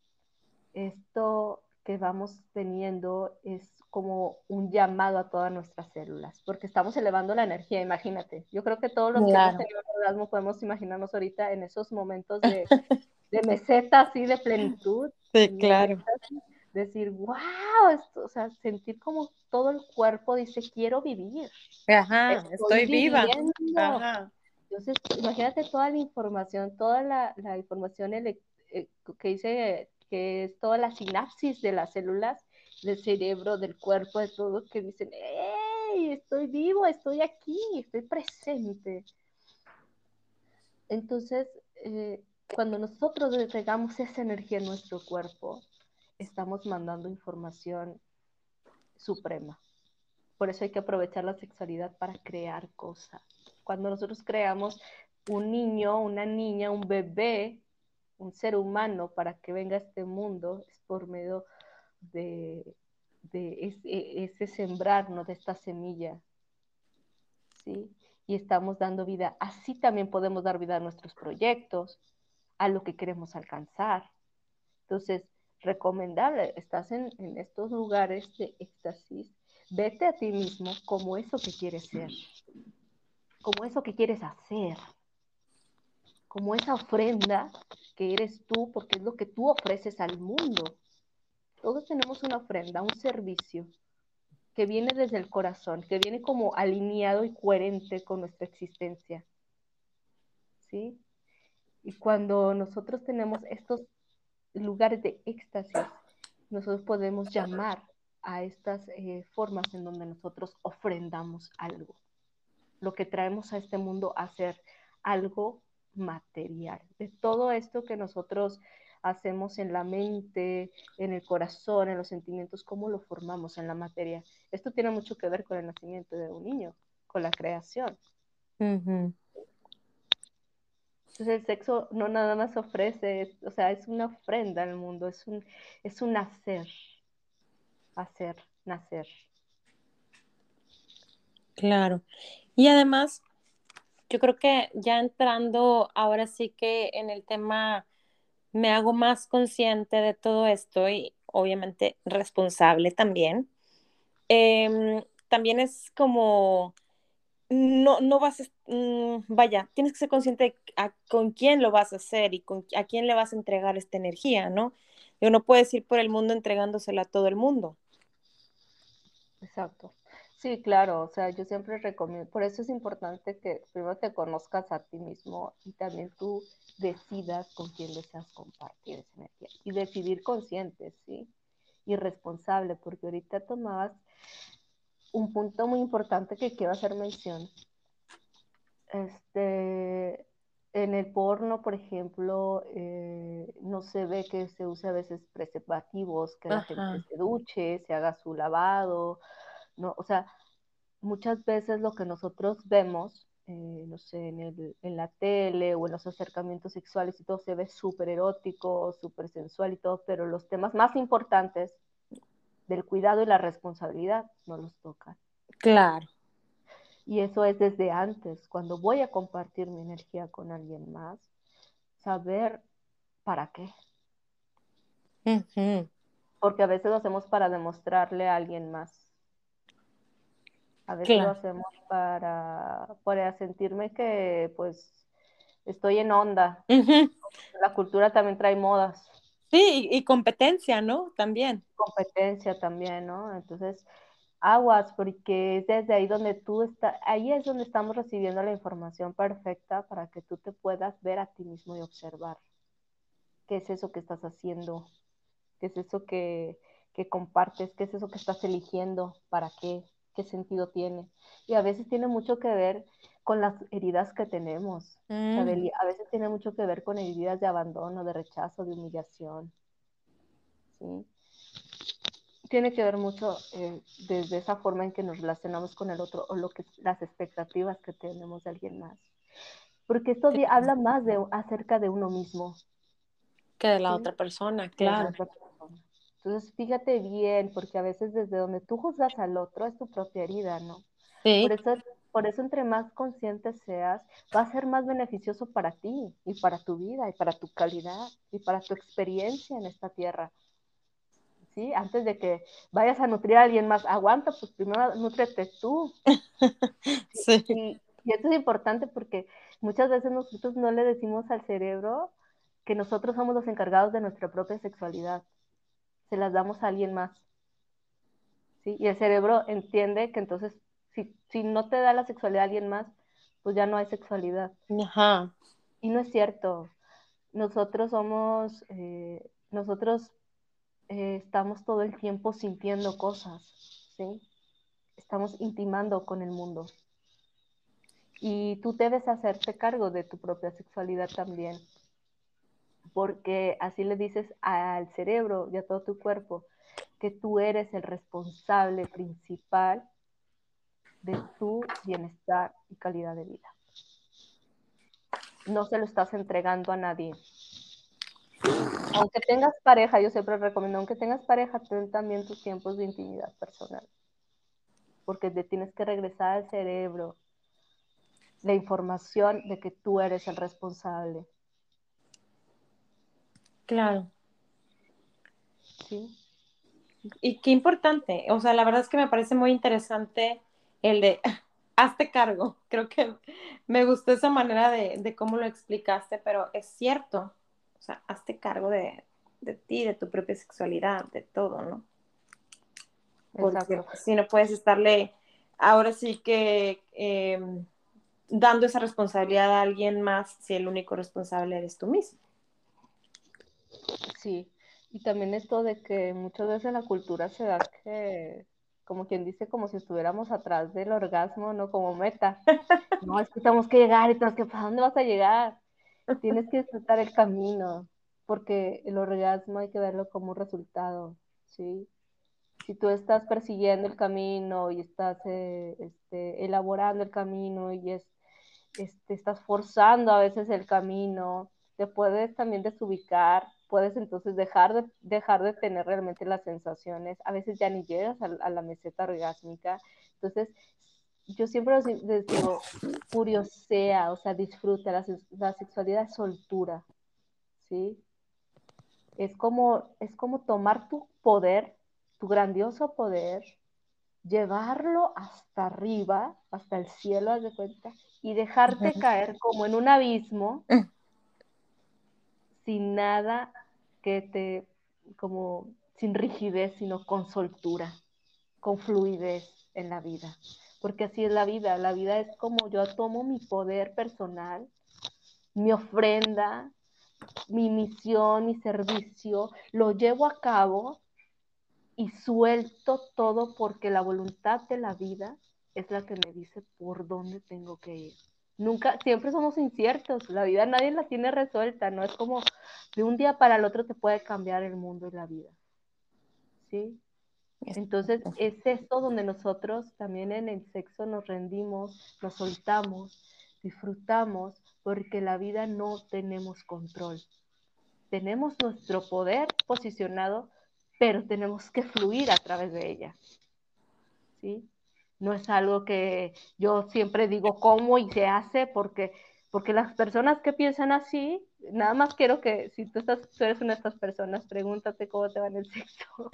esto que vamos teniendo es como un llamado a todas nuestras células, porque estamos elevando la energía, imagínate. Yo creo que todos los que hemos Claro. tenido un orgasmo podemos imaginarnos ahorita en esos momentos de, de meseta, así de plenitud, Sí, en el claro. éxtasis, decir, wow, esto, o sea, sentir como todo el cuerpo dice, quiero vivir, Ajá, estoy estoy viva. viviendo. Ajá. Entonces, imagínate toda la información, toda la, la información ele- eh, que dice que es toda la sinapsis de las células del cerebro, del cuerpo, de todo, que dicen, ¡hey! Estoy vivo, estoy aquí, estoy presente. Entonces, eh, cuando nosotros entregamos esa energía en nuestro cuerpo, estamos mandando información suprema. Por eso hay que aprovechar la sexualidad para crear cosas. Cuando nosotros creamos un niño, una niña, un bebé, un ser humano para que venga a este mundo, es por medio de, de ese, ese sembrarnos de esta semilla, ¿sí? Y estamos dando vida. Así también podemos dar vida a nuestros proyectos, a lo que queremos alcanzar. Entonces, recomendable, estás en, en estos lugares de éxtasis, vete a ti mismo como eso que quieres ser, como eso que quieres hacer, como esa ofrenda que eres tú, porque es lo que tú ofreces al mundo. Todos tenemos una ofrenda, un servicio que viene desde el corazón, que viene como alineado y coherente con nuestra existencia, ¿sí? Y cuando nosotros tenemos estos lugares de éxtasis, nosotros podemos llamar a estas eh, formas en donde nosotros ofrendamos algo, lo que traemos a este mundo a ser algo material. De todo esto que nosotros hacemos en la mente, en el corazón, en los sentimientos, cómo lo formamos en la materia. Esto tiene mucho que ver con el nacimiento de un niño, con la creación. Ujú. Entonces el sexo no nada más ofrece, es, o sea, es una ofrenda al mundo, es un, es un hacer, hacer, nacer. Claro. Y además, yo creo que ya entrando ahora sí que en el tema, me hago más consciente de todo esto y obviamente responsable también. Em, también es como, no, no vas a, mm, vaya, tienes que ser consciente de a- con quién lo vas a hacer y con, a quién le vas a entregar esta energía, ¿no? Digo, no puedes ir por el mundo entregándosela a todo el mundo. Exacto. Sí, claro, o sea, yo siempre recomiendo, por eso es importante que primero te conozcas a ti mismo y también tú decidas con quién deseas compartir esa energía y decidir consciente, ¿sí? Y responsable, porque ahorita tomabas un punto muy importante que quiero hacer mención. Este, en el porno, por ejemplo, eh, no se ve que se use a veces preservativos, que la gente Ajá, se duche, se haga su lavado, ¿no? O sea, muchas veces lo que nosotros vemos, eh, no sé, en, el, en la tele o en los acercamientos sexuales y todo se ve súper erótico, súper sensual y todo, pero los temas más importantes del cuidado y la responsabilidad no los tocan. claro. Y eso es desde antes, cuando voy a compartir mi energía con alguien más, saber para qué. Ujú. Porque a veces lo hacemos para demostrarle a alguien más. A veces lo Claro. hacemos para, para sentirme que pues estoy en onda. Ujú. La cultura también trae modas, Sí, y, y competencia, ¿no? También. competencia también, ¿no? Entonces, aguas, porque es desde ahí donde tú estás, ahí es donde estamos recibiendo la información perfecta para que tú te puedas ver a ti mismo y observar qué es eso que estás haciendo, qué es eso que, que compartes, qué es eso que estás eligiendo, para qué, qué sentido tiene. Y a veces tiene mucho que ver con las heridas que tenemos. Mm. Chabeli, a veces tiene mucho que ver con heridas de abandono, de rechazo, de humillación, ¿sí? Tiene que ver mucho eh, desde esa forma en que nos relacionamos con el otro o lo que, las expectativas que tenemos de alguien más. Porque esto Sí. habla más de, acerca de uno mismo, Que de la ¿sí? otra persona, De la claro. otra persona. Entonces, fíjate bien, porque a veces desde donde tú juzgas al otro es tu propia herida, ¿no? Por Sí, eso, por eso entre más consciente seas, va a ser más beneficioso para ti y para tu vida y para tu calidad y para tu experiencia en esta tierra. ¿Sí? Antes de que vayas a nutrir a alguien más, aguanta, pues primero nútrete tú. sí. Y, y esto es importante porque muchas veces nosotros no le decimos al cerebro que nosotros somos los encargados de nuestra propia sexualidad. Se las damos a alguien más. ¿Sí? Y el cerebro entiende que entonces, si, si no te da la sexualidad a alguien más, pues ya no hay sexualidad. Ajá. Y no es cierto. Nosotros somos, eh, nosotros eh, estamos todo el tiempo sintiendo cosas, ¿sí? Estamos intimando con el mundo. Y tú debes hacerte cargo de tu propia sexualidad también, porque así le dices al cerebro y a todo tu cuerpo que tú eres el responsable principal de tu bienestar y calidad de vida. No se lo estás entregando a nadie. Aunque tengas pareja, yo siempre recomiendo, aunque tengas pareja, ten también tus tiempos de intimidad personal, porque te tienes que regresar al cerebro la información de que tú eres el responsable. Claro. ¿Sí? Y qué importante, o sea, la verdad es que me parece muy interesante el de hazte cargo. Creo que me gustó esa manera de, de cómo lo explicaste, pero es cierto, o sea, hazte cargo de, de ti, de tu propia sexualidad, de todo, ¿no? Porque Exacto. pues, si no puedes estarle ahora sí que eh, dando esa responsabilidad a alguien más si el único responsable eres tú mismo. Sí. Y también esto de que muchas veces en la cultura se da que, como quien dice, como si estuviéramos atrás del orgasmo, no como meta. No, es que tenemos que llegar y tenemos que, ¿para dónde vas a llegar? Tienes que disfrutar el camino, porque el orgasmo hay que verlo como un resultado, ¿sí? Si tú estás persiguiendo el camino y estás eh, este, elaborando el camino y es, este, estás forzando a veces el camino, te puedes también desubicar, puedes entonces dejar de, dejar de tener realmente las sensaciones, a veces ya ni llegas a, a la meseta orgásmica, entonces yo siempre les digo, curiosea, o sea, disfruta, la, la sexualidad es soltura, ¿sí? Es como, es como tomar tu poder, tu grandioso poder, llevarlo hasta arriba, hasta el cielo, haz de cuenta, y dejarte caer como en un abismo sin nada que te, como sin rigidez, sino con soltura, con fluidez en la vida. Porque así es la vida, la vida es como yo tomo mi poder personal, mi ofrenda, mi misión, mi servicio, lo llevo a cabo y suelto todo porque la voluntad de la vida es la que me dice por dónde tengo que ir. Nunca, siempre somos inciertos, la vida nadie la tiene resuelta, no es como de un día para el otro te puede cambiar el mundo y la vida, ¿sí? Entonces es esto donde nosotros también en el sexo nos rendimos, nos soltamos, disfrutamos, porque la vida no tenemos control. Tenemos nuestro poder posicionado, pero tenemos que fluir a través de ella, ¿sí? No es algo que yo siempre digo cómo y se hace, porque, porque las personas que piensan así, nada más quiero que si tú, estás, tú eres una de estas personas, pregúntate cómo te va en el sexo,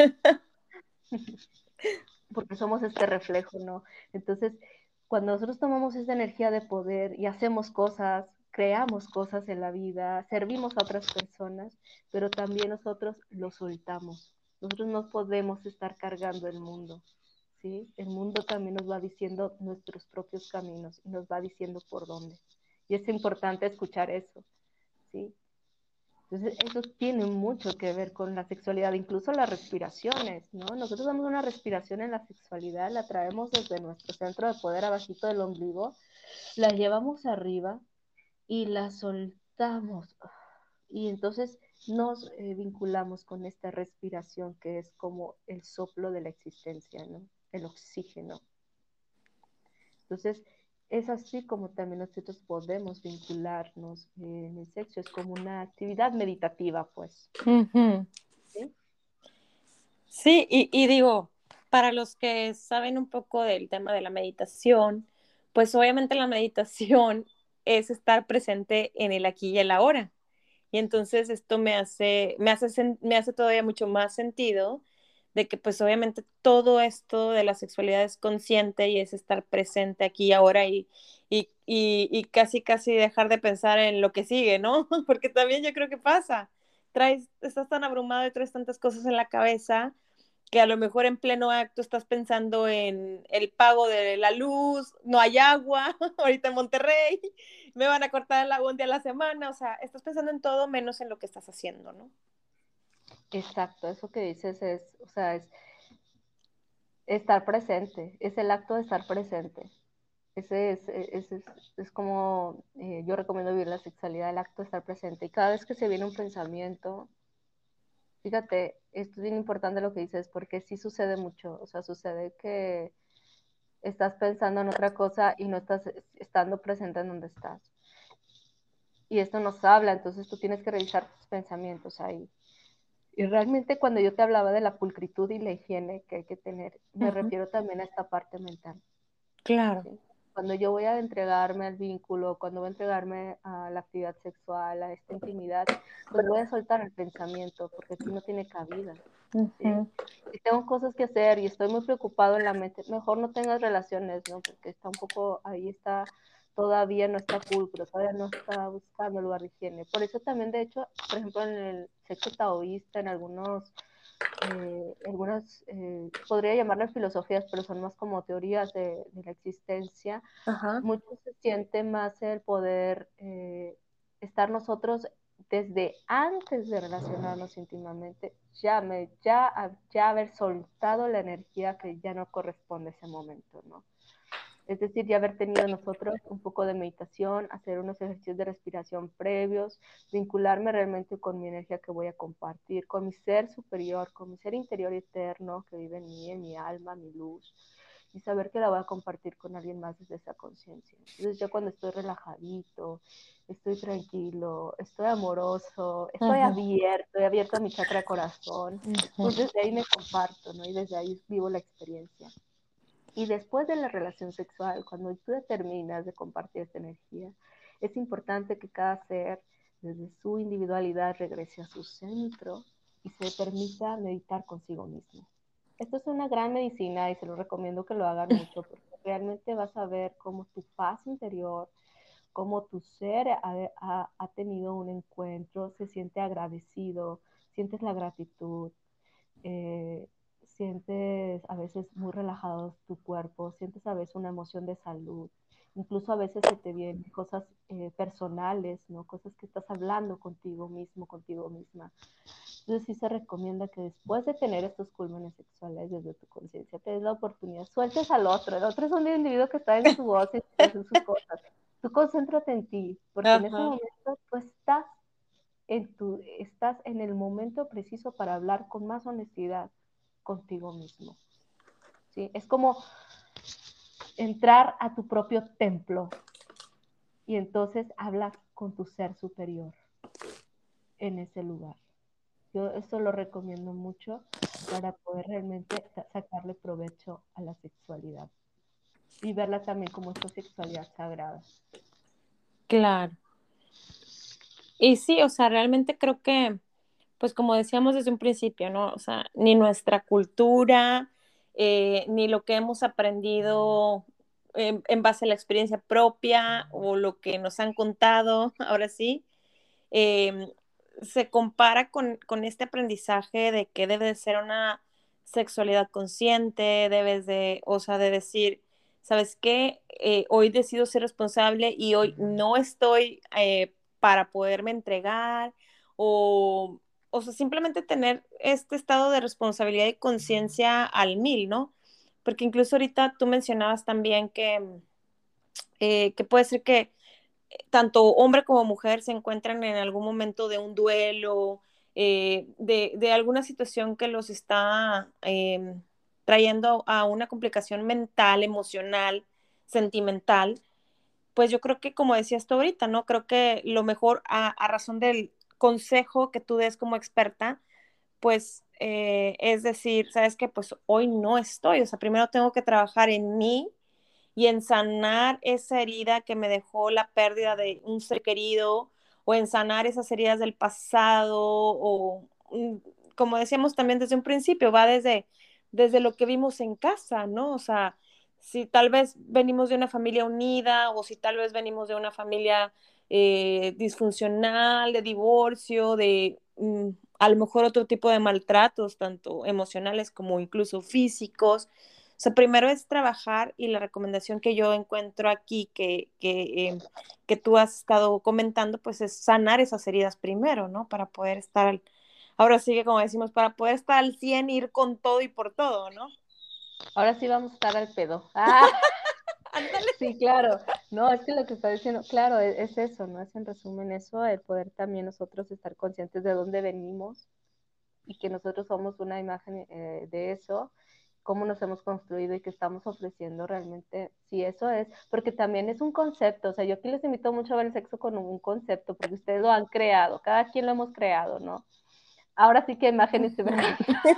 porque somos este reflejo, ¿no? Entonces, cuando nosotros tomamos esa energía de poder y hacemos cosas, creamos cosas en la vida, servimos a otras personas, pero también nosotros lo soltamos. Nosotros no podemos estar cargando el mundo, ¿sí? El mundo también nos va diciendo nuestros propios caminos y nos va diciendo por dónde. Y es importante escuchar eso, ¿sí? Entonces, eso tiene mucho que ver con la sexualidad, incluso las respiraciones, ¿no? Nosotros damos una respiración en la sexualidad, la traemos desde nuestro centro de poder abajito del ombligo, la llevamos arriba y la soltamos. Y entonces nos eh, vinculamos con esta respiración que es como el soplo de la existencia, ¿no? El oxígeno. Entonces, es así como también nosotros podemos vincularnos eh, en el sexo, es como una actividad meditativa, pues. Uh-huh. ¿Sí? Sí, y, y digo, para los que saben un poco del tema de la meditación, pues obviamente la meditación es estar presente en el aquí y el ahora. Y entonces esto me hace, me hace, sen- me hace todavía mucho más sentido de que pues obviamente todo esto de la sexualidad es consciente y es estar presente aquí y ahora y, y, y, y casi casi dejar de pensar en lo que sigue, ¿no? Porque también yo creo que pasa. Traes, estás tan abrumado y traes tantas cosas en la cabeza que a lo mejor en pleno acto estás pensando en el pago de la luz, no hay agua, ahorita en Monterrey, me van a cortar el agua un día a la semana, o sea, estás pensando en todo menos en lo que estás haciendo, ¿no? Exacto, eso que dices es, o sea, es estar presente, es el acto de estar presente. Ese es, ese es, es como eh, yo recomiendo vivir la sexualidad, el acto de estar presente. Y cada vez que se viene un pensamiento, fíjate, esto es bien importante lo que dices, porque sí sucede mucho. O sea, sucede que estás pensando en otra cosa y no estás estando presente en donde estás. Y esto nos habla, entonces tú tienes que revisar tus pensamientos ahí. Y realmente cuando yo te hablaba de la pulcritud y la higiene que hay que tener, me Ujú. refiero también a esta parte mental. Claro. ¿Sí? Cuando yo voy a entregarme al vínculo, cuando voy a entregarme a la actividad sexual, a esta intimidad, pues voy a soltar el pensamiento, porque aquí no tiene cabida. ¿Sí? Ujú. Si tengo cosas que hacer y estoy muy preocupado en la mente, mejor no tengas relaciones, ¿no? Porque está un poco, ahí está, todavía no está pulcro, todavía no está buscando el lugar de higiene. Por eso también, de hecho, por ejemplo, en el sexo taoísta, en algunos eh, algunas, eh, podría llamarlas filosofías, pero son más como teorías de, de la existencia, Ajá. mucho se siente más el poder eh, estar nosotros desde antes de relacionarnos íntimamente, ya, me, ya, ya haber soltado la energía que ya no corresponde a ese momento, ¿no? Es decir, ya haber tenido nosotros un poco de meditación, hacer unos ejercicios de respiración previos, vincularme realmente con mi energía que voy a compartir, con mi ser superior, con mi ser interior eterno que vive en mí, en mi alma, mi luz, y saber que la voy a compartir con alguien más desde esa conciencia. Entonces yo cuando estoy relajadito, estoy tranquilo, estoy amoroso, estoy Ujú. abierto, he abierto a mi chakra corazón, Ujú. pues desde ahí me comparto, ¿no? Y desde ahí vivo la experiencia. Y después de la relación sexual, cuando tú terminas de compartir esta energía, es importante que cada ser, desde su individualidad, regrese a su centro y se permita meditar consigo mismo. Esto es una gran medicina y se lo recomiendo que lo hagan mucho porque realmente vas a ver cómo tu paz interior, cómo tu ser ha, ha, ha tenido un encuentro, se siente agradecido, sientes la gratitud, eh, sientes a veces muy relajado tu cuerpo, sientes a veces una emoción de salud, incluso a veces se te vienen cosas eh, personales, ¿no? Cosas que estás hablando contigo mismo, contigo misma. Entonces sí se recomienda que después de tener estos cúlmenes sexuales desde tu conciencia, te des la oportunidad, sueltes al otro. El otro es un individuo que está en su voz y en sus cosas. Tú concéntrate en ti, porque en ese Ajá. momento tú estás en tu, estás en el momento preciso para hablar con más honestidad contigo mismo. ¿Sí? Es como entrar a tu propio templo y entonces hablas con tu ser superior en ese lugar. Yo esto lo recomiendo mucho para poder realmente sacarle provecho a la sexualidad y verla también como esta sexualidad sagrada. Claro. Y sí, o sea, realmente creo que, pues como decíamos desde un principio, ¿no? O sea, ni nuestra cultura, eh, ni lo que hemos aprendido en, en base a la experiencia propia o lo que nos han contado, ahora sí, eh, se compara con, con este aprendizaje de que debe de ser una sexualidad consciente, debes de, o sea, de decir, ¿sabes qué? Eh, hoy decido ser responsable y hoy no estoy eh, para poderme entregar o, o sea, simplemente tener este estado de responsabilidad y conciencia al mil, ¿no? Porque incluso ahorita tú mencionabas también que, eh, que puede ser que tanto hombre como mujer se encuentran en algún momento de un duelo, eh, de, de, alguna situación que los está eh, trayendo a una complicación mental, emocional, sentimental, pues yo creo que como decías tú ahorita, ¿no? Creo que lo mejor a, a razón del consejo que tú des como experta, pues eh, es decir, sabes que pues hoy no estoy, o sea, primero tengo que trabajar en mí y en sanar esa herida que me dejó la pérdida de un ser querido, o en sanar esas heridas del pasado, o mm, como decíamos también desde un principio, va desde, desde lo que vimos en casa, ¿no? O sea, si tal vez venimos de una familia unida, o si tal vez venimos de una familia eh, disfuncional, de divorcio, de mm, a lo mejor otro tipo de maltratos, tanto emocionales como incluso físicos. O sea, primero es trabajar, y la recomendación que yo encuentro aquí, que, que, eh, que tú has estado comentando, pues es sanar esas heridas primero, ¿no? Para poder estar, al, ahora sí que como decimos, para poder estar al cien, ir con todo y por todo, ¿no? Ahora sí vamos a estar al pedo. Ah, ándale. Sí, claro. No, es que lo que está diciendo, claro, es, es eso, ¿no? Es en resumen eso, el poder también nosotros estar conscientes de dónde venimos y que nosotros somos una imagen eh, de eso, cómo nos hemos construido y qué estamos ofreciendo realmente. Sí, eso es, porque también es un concepto, o sea, yo aquí les invito mucho a ver el sexo con un concepto, porque ustedes lo han creado, cada quien lo hemos creado, ¿no? Ahora sí que imagen y semejanza.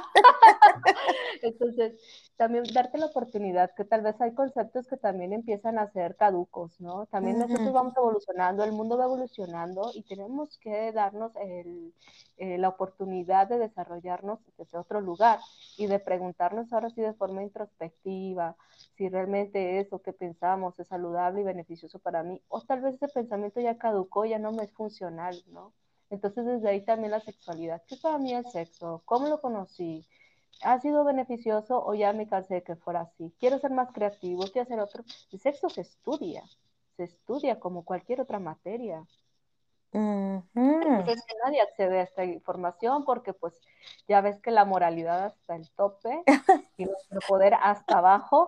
Entonces, también darte la oportunidad, que tal vez hay conceptos que también empiezan a ser caducos, ¿no? También nosotros vamos evolucionando, el mundo va evolucionando y tenemos que darnos el, eh, la oportunidad de desarrollarnos desde otro lugar y de preguntarnos ahora sí de forma introspectiva si realmente eso que pensamos es saludable y beneficioso para mí, o tal vez ese pensamiento ya caducó, ya no me es funcional, ¿no? Entonces, desde ahí también la sexualidad. ¿Qué es para mí el sexo? ¿Cómo lo conocí? ¿Ha sido beneficioso o ya me cansé de que fuera así? Quiero ser más creativo, quiero hacer otro. El sexo se estudia, se estudia como cualquier otra materia. Uh Entonces -huh. nadie accede a esta información porque pues ya ves que la moralidad hasta el tope y nuestro poder hasta abajo.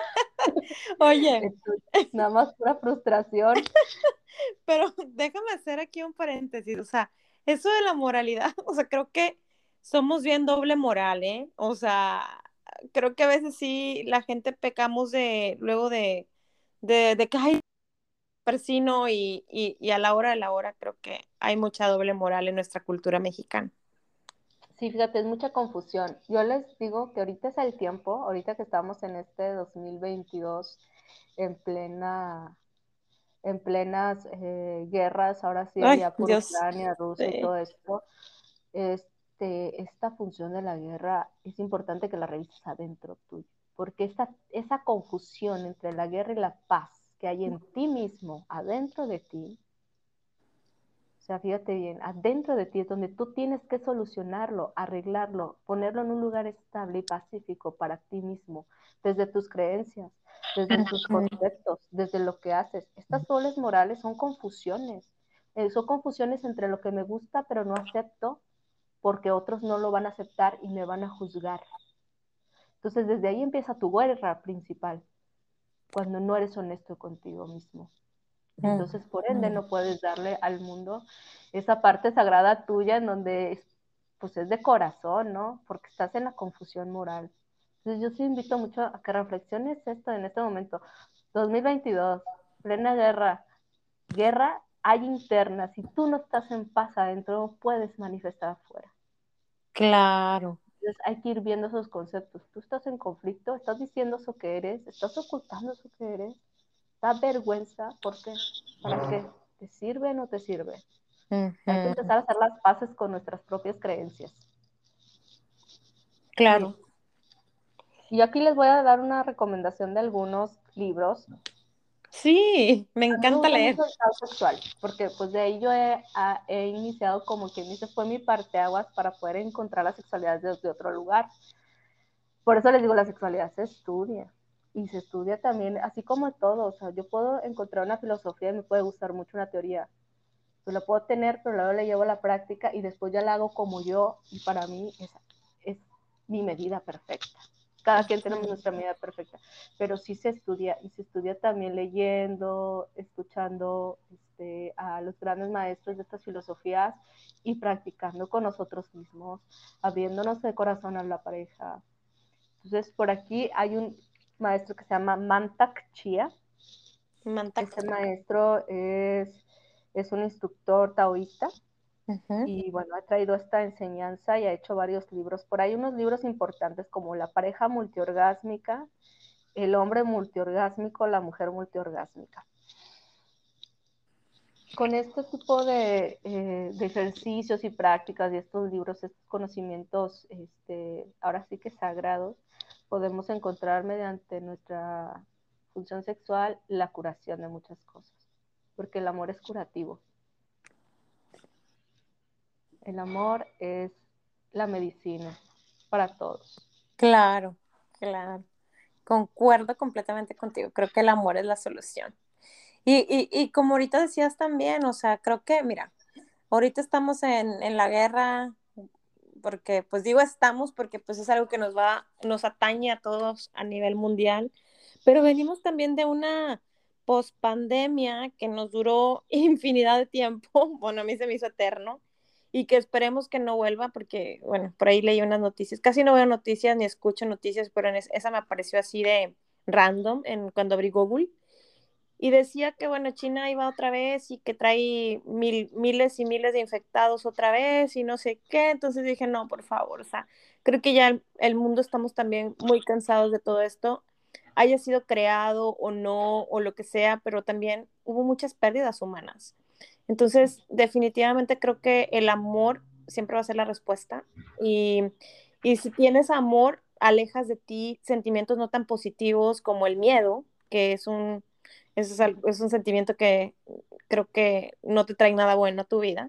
Oye, Entonces, nada más pura frustración. pero déjame hacer aquí un paréntesis, o sea, eso de la moralidad, o sea, creo que somos bien doble moral, ¿eh? O sea, creo que a veces sí la gente pecamos de, luego de, de, de que hay persino, y, y, y a la hora de la hora creo que hay mucha doble moral en nuestra cultura mexicana. Sí, fíjate, es mucha confusión. Yo les digo que ahorita es el tiempo, ahorita que estamos en este dos mil veintidós, en plena en plenas eh, guerras, ahora sí, Ay, allá por Dios. Ucrania, Rusia y Sí. todo esto, este, esta función de la guerra es importante que la revises adentro tuyo, porque esa, esa confusión entre la guerra y la paz que hay en ti mismo, adentro de ti, o sea, fíjate bien, adentro de ti es donde tú tienes que solucionarlo, arreglarlo, ponerlo en un lugar estable y pacífico para ti mismo, desde tus creencias, desde tus conceptos, desde lo que haces. Estas dobles morales son confusiones, eh, son confusiones entre lo que me gusta pero no acepto porque otros no lo van a aceptar y me van a juzgar. Entonces, desde ahí empieza tu guerra principal, cuando no eres honesto contigo mismo. Entonces, por ende, no puedes darle al mundo esa parte sagrada tuya en donde pues es de corazón, ¿no? Porque estás en la confusión moral. Entonces, yo sí invito mucho a que reflexiones esto en este momento. dos mil veintidós, plena guerra. Guerra hay interna. Si tú no estás en paz adentro, no puedes manifestar afuera. Claro. Entonces, hay que ir viendo esos conceptos. Tú estás en conflicto, estás diciendo eso que eres, estás ocultando eso que eres, da vergüenza, ¿por qué? ¿Para qué? ¿Te sirve o no te sirve? Uh Hay que -huh. empezar a hacer las paces con nuestras propias creencias. Claro. Sí. Y aquí les voy a dar una recomendación de algunos libros. Sí, me A mí me encanta gusta leer. mucho el caos sexual, porque pues de ahí yo he, a, he iniciado como quien dice, fue mi parteaguas para poder encontrar la sexualidad desde otro lugar. Por eso les digo, la sexualidad se estudia. Y se estudia también, así como todo. O sea, yo puedo encontrar una filosofía y me puede gustar mucho una teoría. Yo la puedo tener, pero luego le llevo a la práctica y después ya la hago como yo. Y para mí es, es mi medida perfecta. Cada quien tenemos nuestra medida perfecta. Pero sí se estudia. Y se estudia también leyendo, escuchando este, a los grandes maestros de estas filosofías y practicando con nosotros mismos, abriéndonos de corazón a la pareja. Entonces, por aquí hay un maestro que se llama Mantak Chia. Mantak. Este maestro es, es un instructor taoísta Ujú. Y bueno, ha traído esta enseñanza y ha hecho varios libros. Por ahí unos libros importantes como La pareja multiorgásmica, El hombre multiorgásmico, La mujer multiorgásmica. Con este tipo de, eh, de ejercicios y prácticas y estos libros, estos conocimientos, este, ahora sí que sagrados, podemos encontrar mediante nuestra función sexual la curación de muchas cosas, porque el amor es curativo. El amor es la medicina para todos. Claro, claro. Concuerdo completamente contigo. Creo que el amor es la solución. Y, y, y como ahorita decías también, o sea, creo que, mira, ahorita estamos en, en la guerra, porque, pues digo estamos, porque pues es algo que nos va, nos atañe a todos a nivel mundial, pero venimos también de una pospandemia que nos duró infinidad de tiempo, bueno, a mí se me hizo eterno, y que esperemos que no vuelva, porque, bueno, por ahí leí unas noticias, casi no veo noticias ni escucho noticias, pero en es, esa me apareció así de random en, cuando abrí Google, y decía que, bueno, China iba otra vez y que trae mil, miles y miles de infectados otra vez y no sé qué. Entonces dije, no, por favor, o sea, creo que ya el, el mundo estamos también muy cansados de todo esto, haya sido creado o no, o lo que sea, pero también hubo muchas pérdidas humanas. Entonces, definitivamente creo que el amor siempre va a ser la respuesta. Y, y si tienes amor, alejas de ti sentimientos no tan positivos como el miedo, que es un, es, algo, es un sentimiento que creo que no te trae nada bueno a tu vida.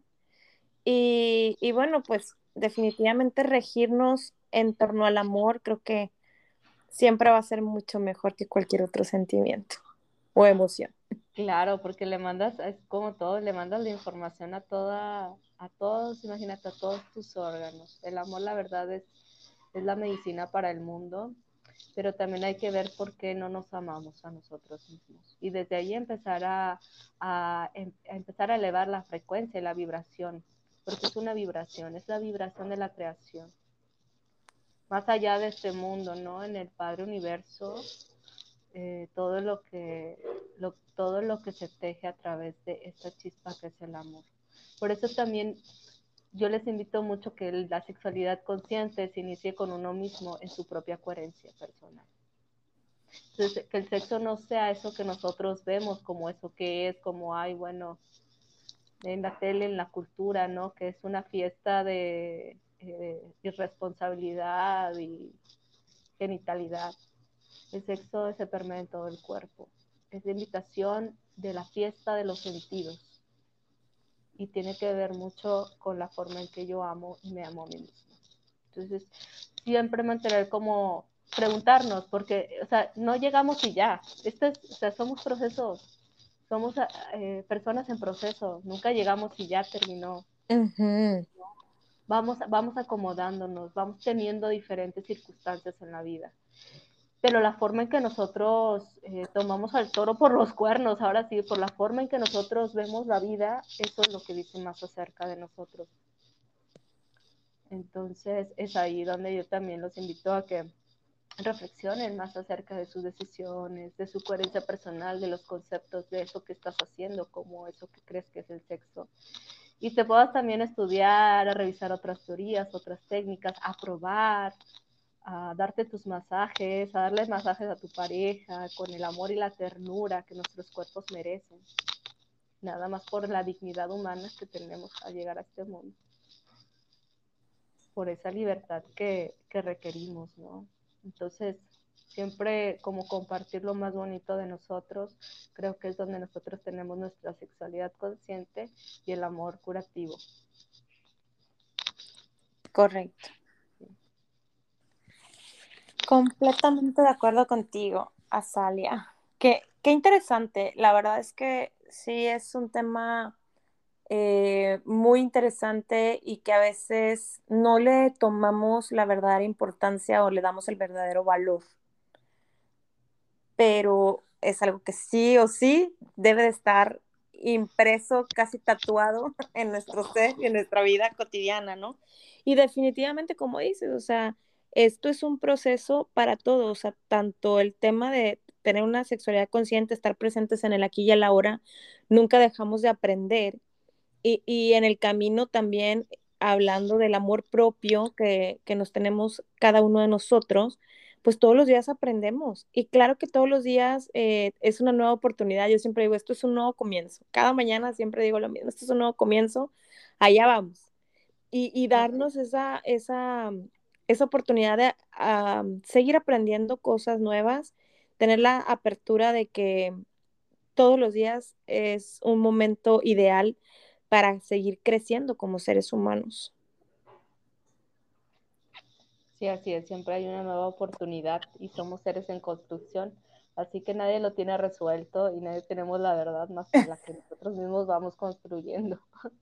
Y, y bueno, pues definitivamente regirnos en torno al amor, creo que siempre va a ser mucho mejor que cualquier otro sentimiento o emoción. Claro, porque le mandas, es como todo, le mandas la información a toda, a todos, imagínate, a todos tus órganos. El amor, la verdad, es, es la medicina para el mundo, pero también hay que ver por qué no nos amamos a nosotros mismos. Y desde ahí empezar a, a, em, a empezar a elevar la frecuencia y la vibración, porque es una vibración, es la vibración de la creación. Más allá de este mundo, ¿no? En el Padre Universo, eh, todo lo que lo, todo lo que se teje a través de esta chispa que es el amor. Por eso también yo les invito mucho que la sexualidad consciente se inicie con uno mismo en su propia coherencia personal. Entonces, que el sexo no sea eso que nosotros vemos como eso que es, como, ay, bueno, en la tele, en la cultura, ¿no? Que es una fiesta de eh, irresponsabilidad y genitalidad. El sexo se permea en todo el cuerpo. Es la invitación de la fiesta de los sentidos. Y tiene que ver mucho con la forma en que yo amo y me amo a mí misma. Entonces, siempre mantener como preguntarnos, porque, o sea, no llegamos y ya. Esto es, o sea, somos procesos, somos eh, personas en proceso. Nunca llegamos y ya terminó. Uh-huh. Vamos, vamos acomodándonos, vamos teniendo diferentes circunstancias en la vida. Pero la forma en que nosotros eh, tomamos al toro por los cuernos, ahora sí, por la forma en que nosotros vemos la vida, eso es lo que dice más acerca de nosotros. Entonces es ahí donde yo también los invito a que reflexionen más acerca de sus decisiones, de su coherencia personal, de los conceptos de eso que estás haciendo, como eso que crees que es el sexo. Y te puedas también estudiar, a revisar otras teorías, otras técnicas, a probar, a darte tus masajes, a darle masajes a tu pareja, con el amor y la ternura que nuestros cuerpos merecen. Nada más por la dignidad humana que tenemos al llegar a este mundo. Por esa libertad que, que requerimos, ¿no? Entonces, siempre como compartir lo más bonito de nosotros, creo que es donde nosotros tenemos nuestra sexualidad consciente y el amor curativo. Correcto. Sí. Completamente de acuerdo contigo, Azalia. Qué, qué interesante. La verdad es que sí es un tema eh, muy interesante y que a veces no le tomamos la verdadera importancia o le damos el verdadero valor, pero es algo que sí o sí debe de estar impreso, casi tatuado en nuestro ser y en nuestra vida cotidiana, ¿no? Y definitivamente, como dices, o sea, esto es un proceso para todos, o sea, tanto el tema de tener una sexualidad consciente, estar presentes en el aquí y el ahora, nunca dejamos de aprender y, y en el camino también hablando del amor propio que, que nos tenemos cada uno de nosotros, pues todos los días aprendemos. Y claro que todos los días eh, es una nueva oportunidad. Yo siempre digo, esto es un nuevo comienzo. Cada mañana siempre digo lo mismo, esto es un nuevo comienzo, allá vamos. Y, y Así, darnos esa, esa, esa oportunidad de um, seguir aprendiendo cosas nuevas, tener la apertura de que todos los días es un momento ideal para seguir creciendo como seres humanos. sí, así es, siempre hay una nueva oportunidad y somos seres en construcción, así que nadie lo tiene resuelto y nadie tenemos la verdad más que la que nosotros mismos vamos construyendo.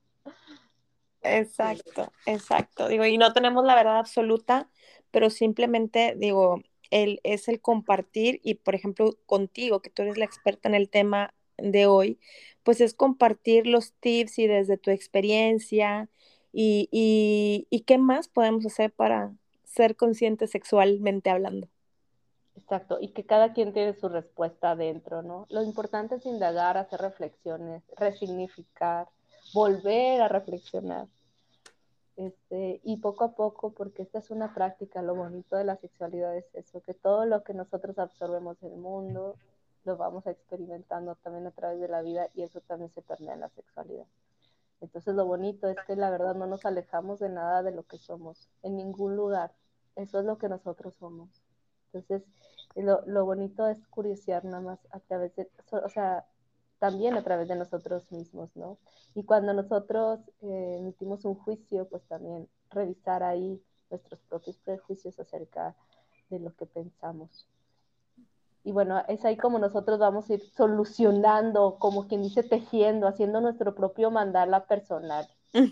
Sí, Exacto, exacto. Digo, y no tenemos la verdad absoluta, pero simplemente, digo, el, es el compartir y, por ejemplo, contigo, que tú eres la experta en el tema de hoy, pues es compartir los tips y desde tu experiencia y, y, y qué más podemos hacer para ser conscientes sexualmente hablando. exacto, y que cada quien tiene su respuesta adentro, ¿no? Lo importante es indagar, hacer reflexiones, resignificar, volver a reflexionar. Este, y poco a poco, porque esta es una práctica, lo bonito de la sexualidad es eso, que todo lo que nosotros absorbemos del mundo lo vamos experimentando también a través de la vida y eso también se permea en la sexualidad. Entonces lo bonito es que la verdad no nos alejamos de nada de lo que somos, en ningún lugar. Eso es lo que nosotros somos. Entonces, lo, lo bonito es curiosear nada más a través de, o sea, también a través de nosotros mismos, ¿no? Y cuando nosotros eh, emitimos un juicio, pues también revisar ahí nuestros propios prejuicios acerca de lo que pensamos. Y bueno, es ahí como nosotros vamos a ir solucionando, como quien dice, tejiendo, haciendo nuestro propio mandala personal.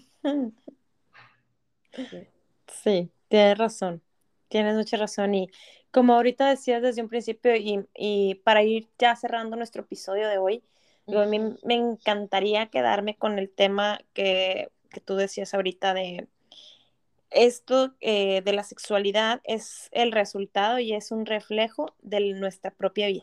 Sí. Sí, tienes razón, tienes mucha razón. Y como ahorita decías desde un principio, y, y para ir ya cerrando nuestro episodio de hoy, digo, a mí Uh-huh. me encantaría quedarme con el tema que, que tú decías ahorita de esto eh, de la sexualidad es el resultado y es un reflejo de nuestra propia vida.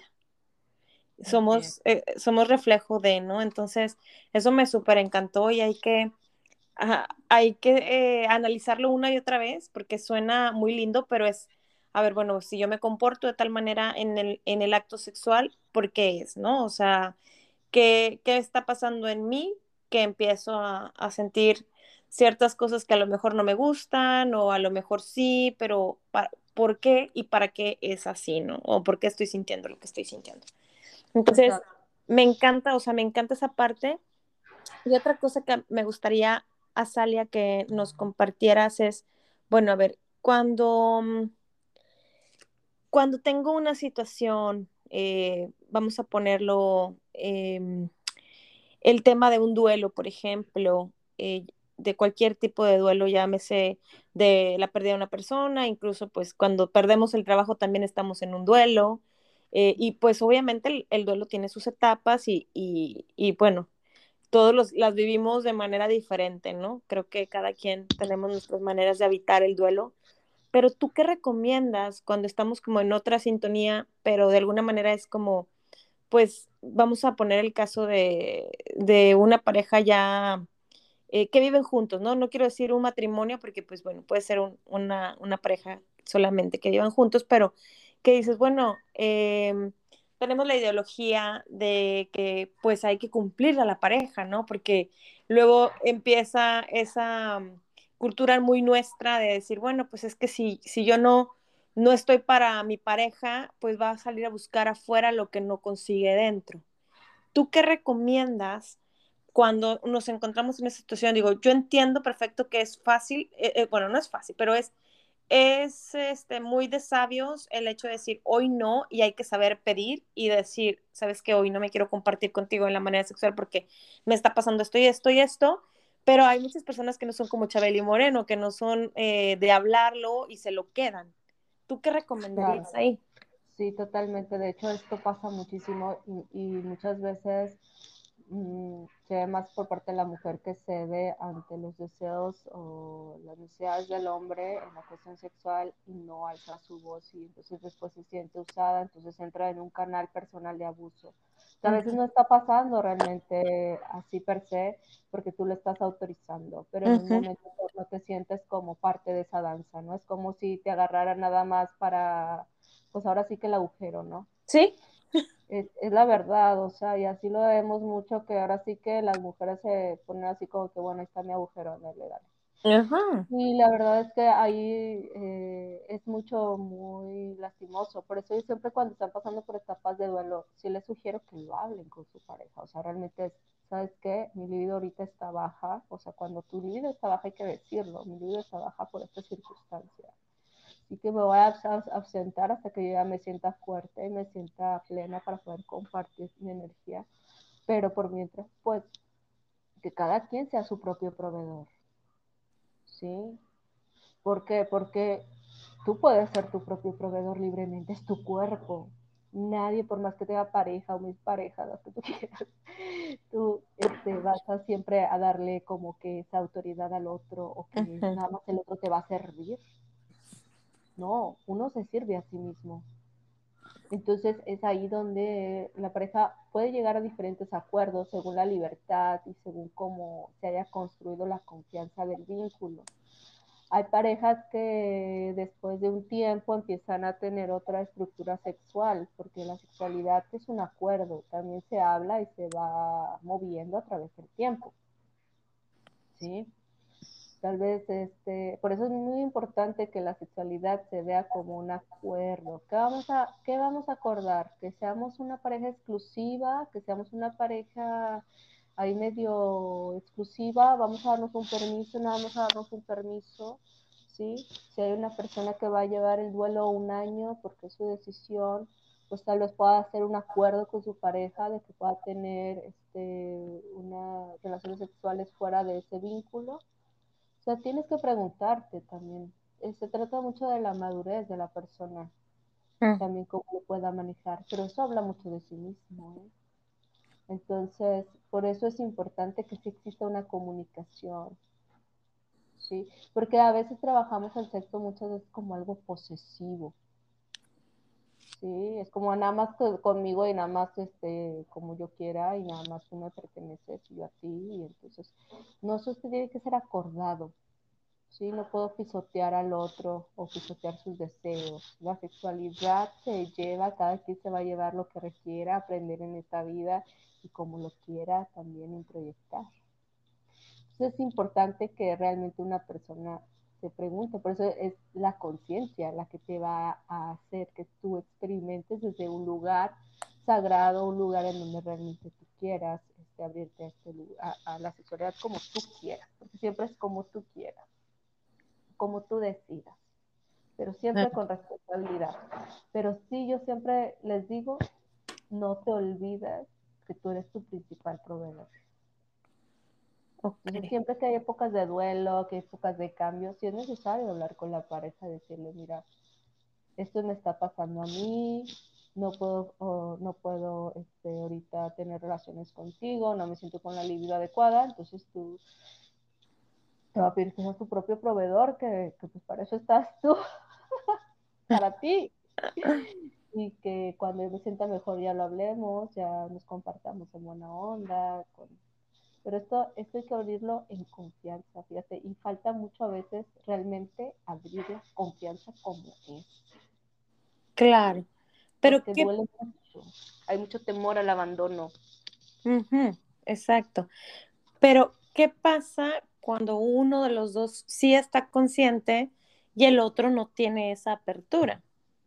Así es. Somos, eh, somos reflejo de, ¿no? Entonces, eso me súper encantó y hay que Ajá, hay que eh, analizarlo una y otra vez porque suena muy lindo, pero es, a ver, bueno, si yo me comporto de tal manera en el, en el acto sexual, ¿por qué es, no? O sea, ¿qué, qué está pasando en mí que empiezo a, a sentir ciertas cosas que a lo mejor no me gustan o a lo mejor sí, pero pa- ¿por qué y para qué es así, no? O por qué estoy sintiendo lo que estoy sintiendo. Entonces, Exacto. me encanta, o sea, me encanta esa parte y otra cosa que me gustaría, Azalia, que nos compartieras es, bueno, a ver, cuando, mm, cuando tengo una situación, eh, vamos a ponerlo, eh, el tema de un duelo, por ejemplo, eh, de cualquier tipo de duelo, llámese de la pérdida de una persona, incluso pues cuando perdemos el trabajo también estamos en un duelo. Eh, y pues obviamente el, el, duelo tiene sus etapas y, y, y bueno, todos los, las vivimos de manera diferente, ¿no? Creo que cada quien tenemos nuestras maneras de habitar el duelo, pero ¿tú qué recomiendas cuando estamos como en otra sintonía, pero de alguna manera es como, pues vamos a poner el caso de, de una pareja ya eh, que viven juntos, ¿no? No quiero decir un matrimonio porque pues bueno, puede ser un, una, una pareja solamente que vivan juntos, pero que dices, bueno, eh, tenemos la ideología de que pues hay que cumplir a la pareja, ¿no? Porque luego empieza esa um, cultura muy nuestra de decir, bueno, pues es que si, si yo no, no estoy para mi pareja, pues va a salir a buscar afuera lo que no consigue dentro. ¿Tú qué recomiendas cuando nos encontramos en esa situación? Digo, yo entiendo perfecto que es fácil, eh, eh, bueno, no es fácil, pero es, es este, muy de sabios el hecho de decir hoy no y hay que saber pedir y decir, sabes que hoy no me quiero compartir contigo en la manera sexual porque me está pasando esto y esto y esto, pero hay muchas personas que no son como Chabeli Moreno, que no son eh, de hablarlo y se lo quedan. ¿Tú qué Claro, recomendarías ahí? sí, totalmente. De hecho, esto pasa muchísimo y, y muchas veces mm, se ve más por parte de la mujer que cede ante los deseos o las necesidades del hombre en la cuestión sexual y no alza su voz y entonces después se siente usada, entonces entra en un canal personal de abuso Que a veces no está pasando realmente así per se, porque tú lo estás autorizando, pero en un Ujú. momento no te sientes como parte de esa danza, ¿no? Es como si te agarrara nada más para, pues ahora sí que el agujero, ¿no? Sí. Es, es la verdad, o sea, y así lo vemos mucho, que ahora sí que las mujeres se ponen así como que, bueno, ahí está mi agujero, dale, dale. Ajá. Y la verdad es que ahí eh, es mucho, muy lastimoso. Por eso yo siempre cuando están pasando por etapas de duelo, sí les sugiero que lo hablen con su pareja. O sea, realmente es, ¿sabes qué? Mi libido ahorita está baja. O sea, cuando tu libido está baja hay que decirlo. Mi libido está baja por esta circunstancia. Así que me voy a absentar hasta que yo ya me sienta fuerte y me sienta plena para poder compartir mi energía. Pero por mientras, pues, que cada quien sea su propio proveedor. ¿Sí? ¿Por qué? Porque tú puedes ser tu propio proveedor libremente, es tu cuerpo. Nadie, por más que tenga pareja o mis parejas, las que tú quieras, tú este, vas a siempre a darle como que esa autoridad al otro o que Ujú. nada más el otro te va a servir. No, uno se sirve a sí mismo. Entonces es ahí donde la pareja puede llegar a diferentes acuerdos según la libertad y según cómo se haya construido la confianza del vínculo. Hay parejas que después de un tiempo empiezan a tener otra estructura sexual, porque la sexualidad es un acuerdo, también se habla y se va moviendo a través del tiempo, ¿sí? Tal vez, este, por eso es muy importante que la sexualidad se vea como un acuerdo. ¿Qué vamos a, qué vamos a acordar? Que seamos una pareja exclusiva, que seamos una pareja ahí medio exclusiva, vamos a darnos un permiso, no vamos a darnos un permiso, ¿sí? Si hay una persona que va a llevar el duelo un año porque es su decisión, pues tal vez pueda hacer un acuerdo con su pareja de que pueda tener este, una relaciones sexuales fuera de ese vínculo. O sea, tienes que preguntarte también. Eh, Se trata mucho de la madurez de la persona, Mm. también cómo lo pueda manejar, pero eso habla mucho de sí mismo, ¿eh? Entonces, por eso es importante que sí exista una comunicación, ¿sí? Porque a veces trabajamos el sexo muchas veces como algo posesivo, ¿sí? Es como nada más que conmigo y nada más este, como yo quiera y nada más tú me perteneces y yo a ti, y entonces, no, eso tiene que ser acordado. Sí, no puedo pisotear al otro o pisotear sus deseos. La sexualidad se lleva, cada quien se va a llevar lo que requiera aprender en esta vida y como lo quiera también introyectar. Entonces es importante que realmente una persona se pregunte, por eso es la conciencia la que te va a hacer que tú experimentes desde un lugar sagrado, un lugar en donde realmente tú quieras este, abrirte a, este, a, a la sexualidad como tú quieras, porque siempre es como tú quieras, como tú decidas, pero siempre con responsabilidad. Pero sí, yo siempre les digo, no te olvides que tú eres tu principal proveedor. Ok. Entonces, siempre que hay épocas de duelo, que hay épocas de cambio, sí es necesario hablar con la pareja, decirle, mira, esto me está pasando a mí, no puedo, oh, no puedo este, ahorita tener relaciones contigo, no me siento con la libido adecuada, entonces tú te va a pedir que seas tu propio proveedor, que, que pues para eso estás tú, para ti. Y que cuando yo me sienta mejor ya lo hablemos, ya nos compartamos en buena onda. Con... Pero esto, esto hay que abrirlo en confianza, fíjate, y falta mucho a veces realmente abrir la confianza como es, Claro. ¿sí? Pero Porque qué, duele mucho, hay mucho temor al abandono. ujú, exacto. Pero ¿qué pasa cuando uno de los dos sí está consciente y el otro no tiene esa apertura?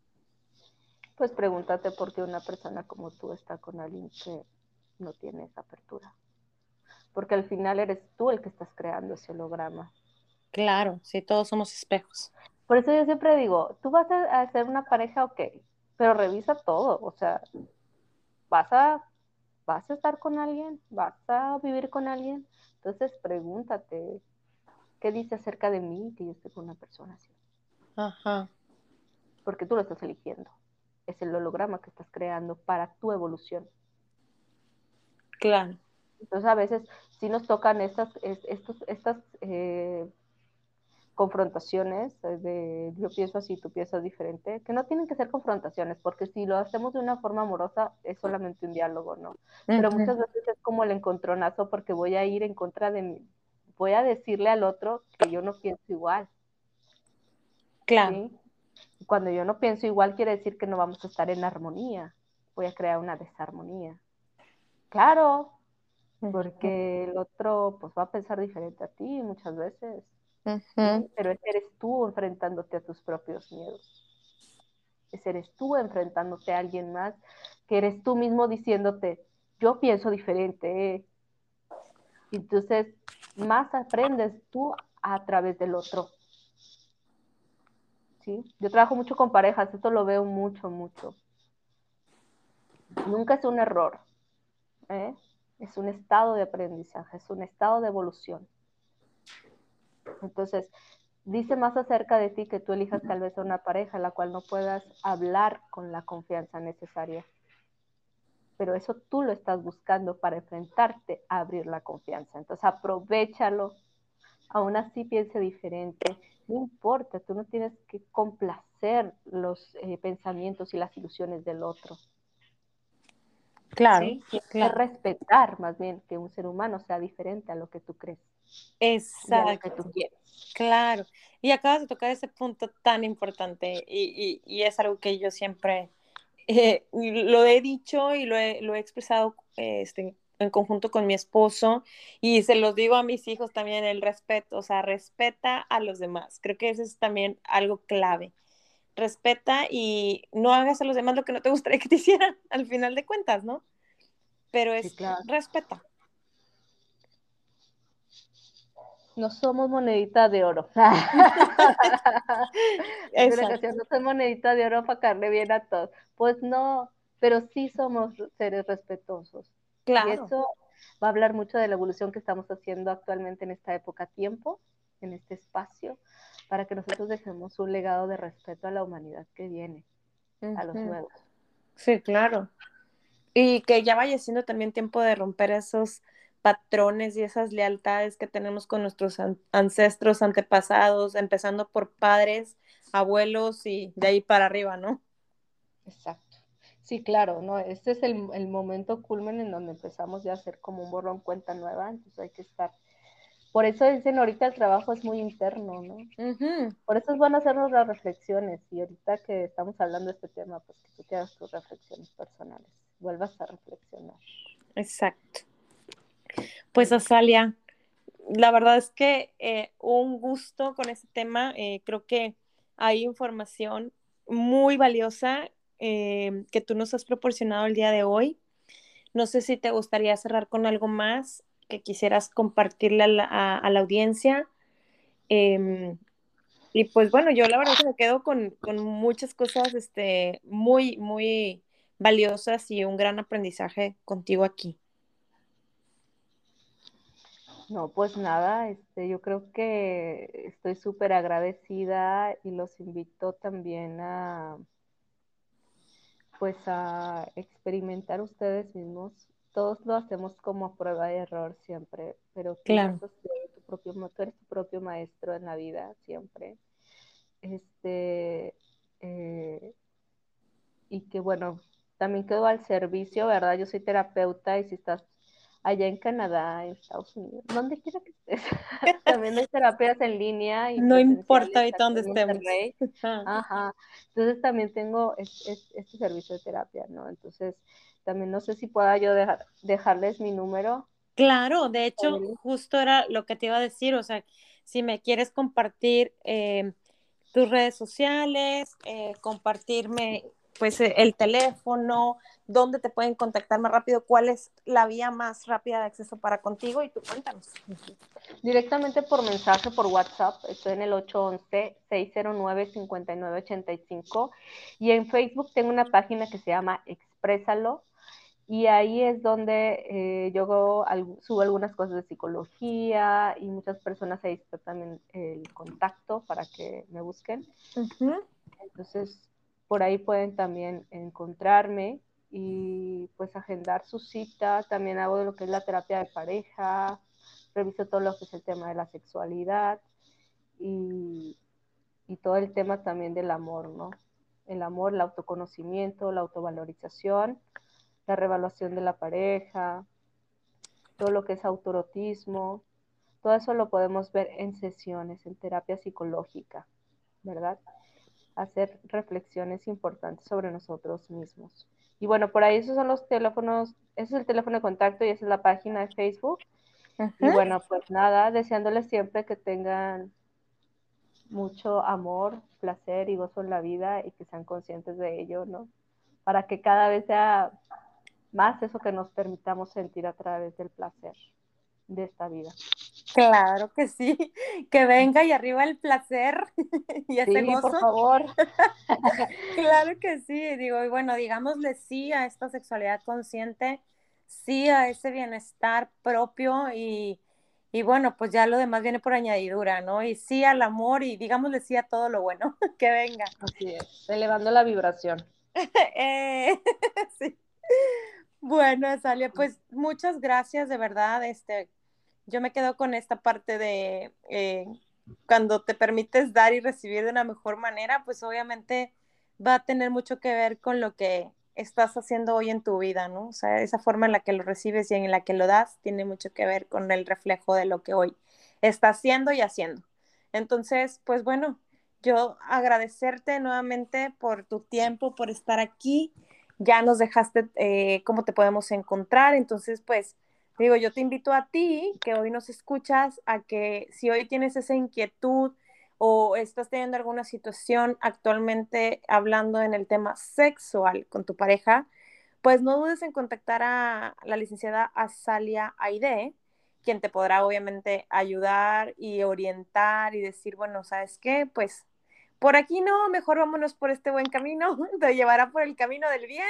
Pues pregúntate por qué una persona como tú está con alguien que no tiene esa apertura. Porque al final eres tú el que estás creando ese holograma. Claro, sí, todos somos espejos. Por eso yo siempre digo, tú vas a hacer una pareja, ok, pero revisa todo, o sea, vas a, vas a estar con alguien, vas a vivir con alguien, entonces pregúntate, ¿qué dice acerca de mí que yo estoy con una persona así? Ajá, Porque tú lo estás eligiendo, es el holograma que estás creando para tu evolución. claro. Entonces a veces sí nos tocan estas, estos, estas eh, confrontaciones, de yo pienso así, tú piensas diferente, que no tienen que ser confrontaciones, porque si lo hacemos de una forma amorosa es solamente un diálogo, ¿no? Pero muchas veces es como el encontronazo, porque voy a ir en contra de mí, voy a decirle al otro que yo no pienso igual. Claro. ¿Sí? Cuando yo no pienso igual quiere decir que no vamos a estar en armonía, voy a crear una desarmonía. Claro, porque el otro pues va a pensar diferente a ti muchas veces. Uh-huh. ¿Sí? Pero ese eres tú enfrentándote a tus propios miedos. Ese eres tú enfrentándote a alguien más, que eres tú mismo diciéndote, yo pienso diferente. ¿Eh? Entonces, más aprendes tú a través del otro. ¿Sí? Yo trabajo mucho con parejas, esto lo veo mucho, mucho. Nunca es un error. ¿Eh? Es un estado de aprendizaje, es un estado de evolución. Entonces, dice más acerca de ti que tú elijas tal vez a una pareja la cual no puedas hablar con la confianza necesaria. Pero eso tú lo estás buscando para enfrentarte a abrir la confianza. Entonces, aprovéchalo. Aún así piense diferente. No importa, tú no tienes que complacer los eh, pensamientos y las ilusiones del otro. Claro, ¿Sí? Tienes claro. que respetar más bien que un ser humano sea diferente a lo que tú crees. Exacto. Y a lo que tú quieres. Claro. Y acabas de tocar ese punto tan importante y, y, y es algo que yo siempre eh, lo he dicho y lo he, lo he expresado este, en conjunto con mi esposo y se los digo a mis hijos también, el respeto, o sea, respeta a los demás. Creo que eso es también algo clave. Respeta y no hagas a los demás lo que no te gustaría que te hicieran al final de cuentas, ¿no? Pero es Sí, claro. respeta. No somos monedita de oro. En una ocasión, no soy monedita de oro para caerle bien a todos. Pues no, pero sí somos seres respetuosos. Claro. Y eso va a hablar mucho de la evolución que estamos haciendo actualmente en esta época tiempo, en este espacio, para que nosotros dejemos un legado de respeto a la humanidad que viene, uh-huh. a los nuevos. Sí, claro. Y que ya vaya siendo también tiempo de romper esos patrones y esas lealtades que tenemos con nuestros an- ancestros, antepasados, empezando por padres, abuelos y de ahí para arriba, ¿no? Exacto. Sí, claro, no, este es el, el momento culmen en donde empezamos ya a hacer como un borrón cuenta nueva, entonces hay que estar. Por eso dicen ahorita el trabajo es muy interno, ¿no? Uh-huh. Por eso es bueno hacernos las reflexiones y ahorita que estamos hablando de este tema, pues que tú te hagas tus reflexiones personales, vuelvas a reflexionar. Exacto. Pues Azalia, la verdad es que eh, un gusto con este tema, eh, creo que hay información muy valiosa eh, que tú nos has proporcionado el día de hoy. No sé si te gustaría cerrar con algo más que quisieras compartirle a la, a, a la audiencia. Eh, y pues bueno, yo la verdad que me quedo con, con muchas cosas este, muy, muy valiosas y un gran aprendizaje contigo aquí. No, pues nada, este, yo creo que estoy súper agradecida y los invito también a, pues a experimentar ustedes mismos. Todos lo hacemos como prueba de error siempre, pero tú Claro. vas a ser tu propio, tú eres tu propio maestro en la vida siempre. Este, eh, y que bueno, también quedo al servicio, ¿verdad? Yo soy terapeuta y si estás allá en Canadá, en Estados Unidos, donde quiera que estés, también hay terapias en línea y no importa ahorita aquí dónde en estemos. Monterrey. Ajá. Entonces también tengo es, es, este servicio de terapia, ¿no? Entonces también no sé si pueda yo dejar, dejarles mi número. Claro, de hecho, justo era lo que te iba a decir, o sea, si me quieres compartir eh, tus redes sociales, eh, compartirme pues el teléfono, dónde te pueden contactar más rápido, cuál es la vía más rápida de acceso para contigo y tú cuéntanos. Directamente por mensaje, por WhatsApp, estoy en el ocho once, seis cero nueve, cinco nueve ocho cinco y en Facebook tengo una página que se llama Exprésalo y ahí es donde eh, yo subo algunas cosas de psicología y muchas personas ahí está también el contacto para que me busquen. Uh-huh. Entonces, por ahí pueden también encontrarme y pues agendar su cita. También hago lo que es la terapia de pareja, reviso todo lo que es el tema de la sexualidad y, y todo el tema también del amor, ¿no? El amor, el autoconocimiento, la autovalorización, la revaluación de la pareja, todo lo que es autoerotismo, todo eso lo podemos ver en sesiones, en terapia psicológica, ¿verdad? Hacer reflexiones importantes sobre nosotros mismos. Y bueno, por ahí esos son los teléfonos, ese es el teléfono de contacto y esa es la página de Facebook. Y Ujú. bueno, pues nada, deseándoles siempre que tengan mucho amor, placer y gozo en la vida y que sean conscientes de ello, ¿no? Para que cada vez sea más eso que nos permitamos sentir a través del placer de esta vida. Claro que sí, que venga y arriba el placer y ese Sí, por gozo. favor. Claro que sí, digo, y bueno, digámosle sí a esta sexualidad consciente, sí a ese bienestar propio y, y bueno, pues ya lo demás viene por añadidura, ¿no? Y sí al amor y digámosle sí a todo lo bueno, que venga. Así es, elevando la vibración. Eh, sí. Bueno, Salia, pues muchas gracias, de verdad, este, yo me quedo con esta parte de eh, cuando te permites dar y recibir de una mejor manera, pues obviamente va a tener mucho que ver con lo que estás haciendo hoy en tu vida, ¿no? O sea, esa forma en la que lo recibes y en la que lo das tiene mucho que ver con el reflejo de lo que hoy estás haciendo y haciendo. Entonces, pues bueno, yo agradecerte nuevamente por tu tiempo, por estar aquí. Ya nos dejaste eh, cómo te podemos encontrar, entonces, pues digo, yo te invito a ti, que hoy nos escuchas, a que si hoy tienes esa inquietud o estás teniendo alguna situación actualmente hablando en el tema sexual con tu pareja, pues no dudes en contactar a la licenciada Azalia Aide, quien te podrá obviamente ayudar y orientar y decir, bueno, ¿sabes qué? Pues por aquí no, mejor vámonos por este buen camino, te llevará por el camino del bien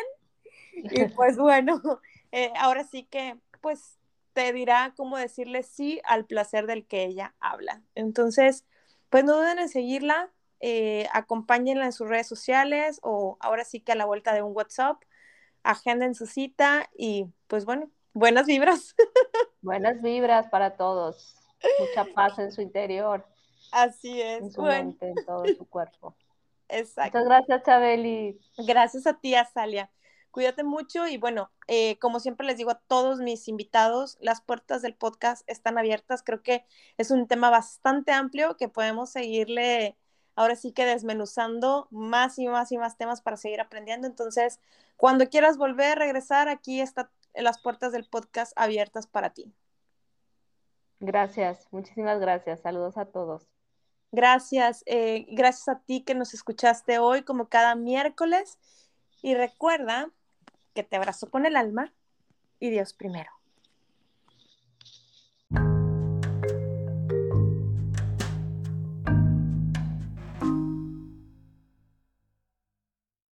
y pues bueno, eh, ahora sí que pues te dirá cómo decirle sí al placer del que ella habla. Entonces, pues no duden en seguirla, eh, acompáñenla en sus redes sociales o ahora sí que a la vuelta de un WhatsApp, agenden su cita y pues bueno, buenas vibras. Buenas vibras para todos. Mucha paz en su interior, Así es. en su Bueno, mente, en todo su cuerpo. Muchas exacto. gracias, Chabeli. Gracias a ti, Azalia. Cuídate mucho y bueno, eh, como siempre les digo a todos mis invitados, las puertas del podcast están abiertas. Creo que es un tema bastante amplio que podemos seguirle ahora sí que desmenuzando más y más y más temas para seguir aprendiendo. Entonces, cuando quieras volver, regresar, aquí están las puertas del podcast abiertas para ti. Gracias, muchísimas gracias. Saludos a todos. Gracias, eh, gracias a ti que nos escuchaste hoy como cada miércoles y recuerda que te abrazo con el alma y Dios primero.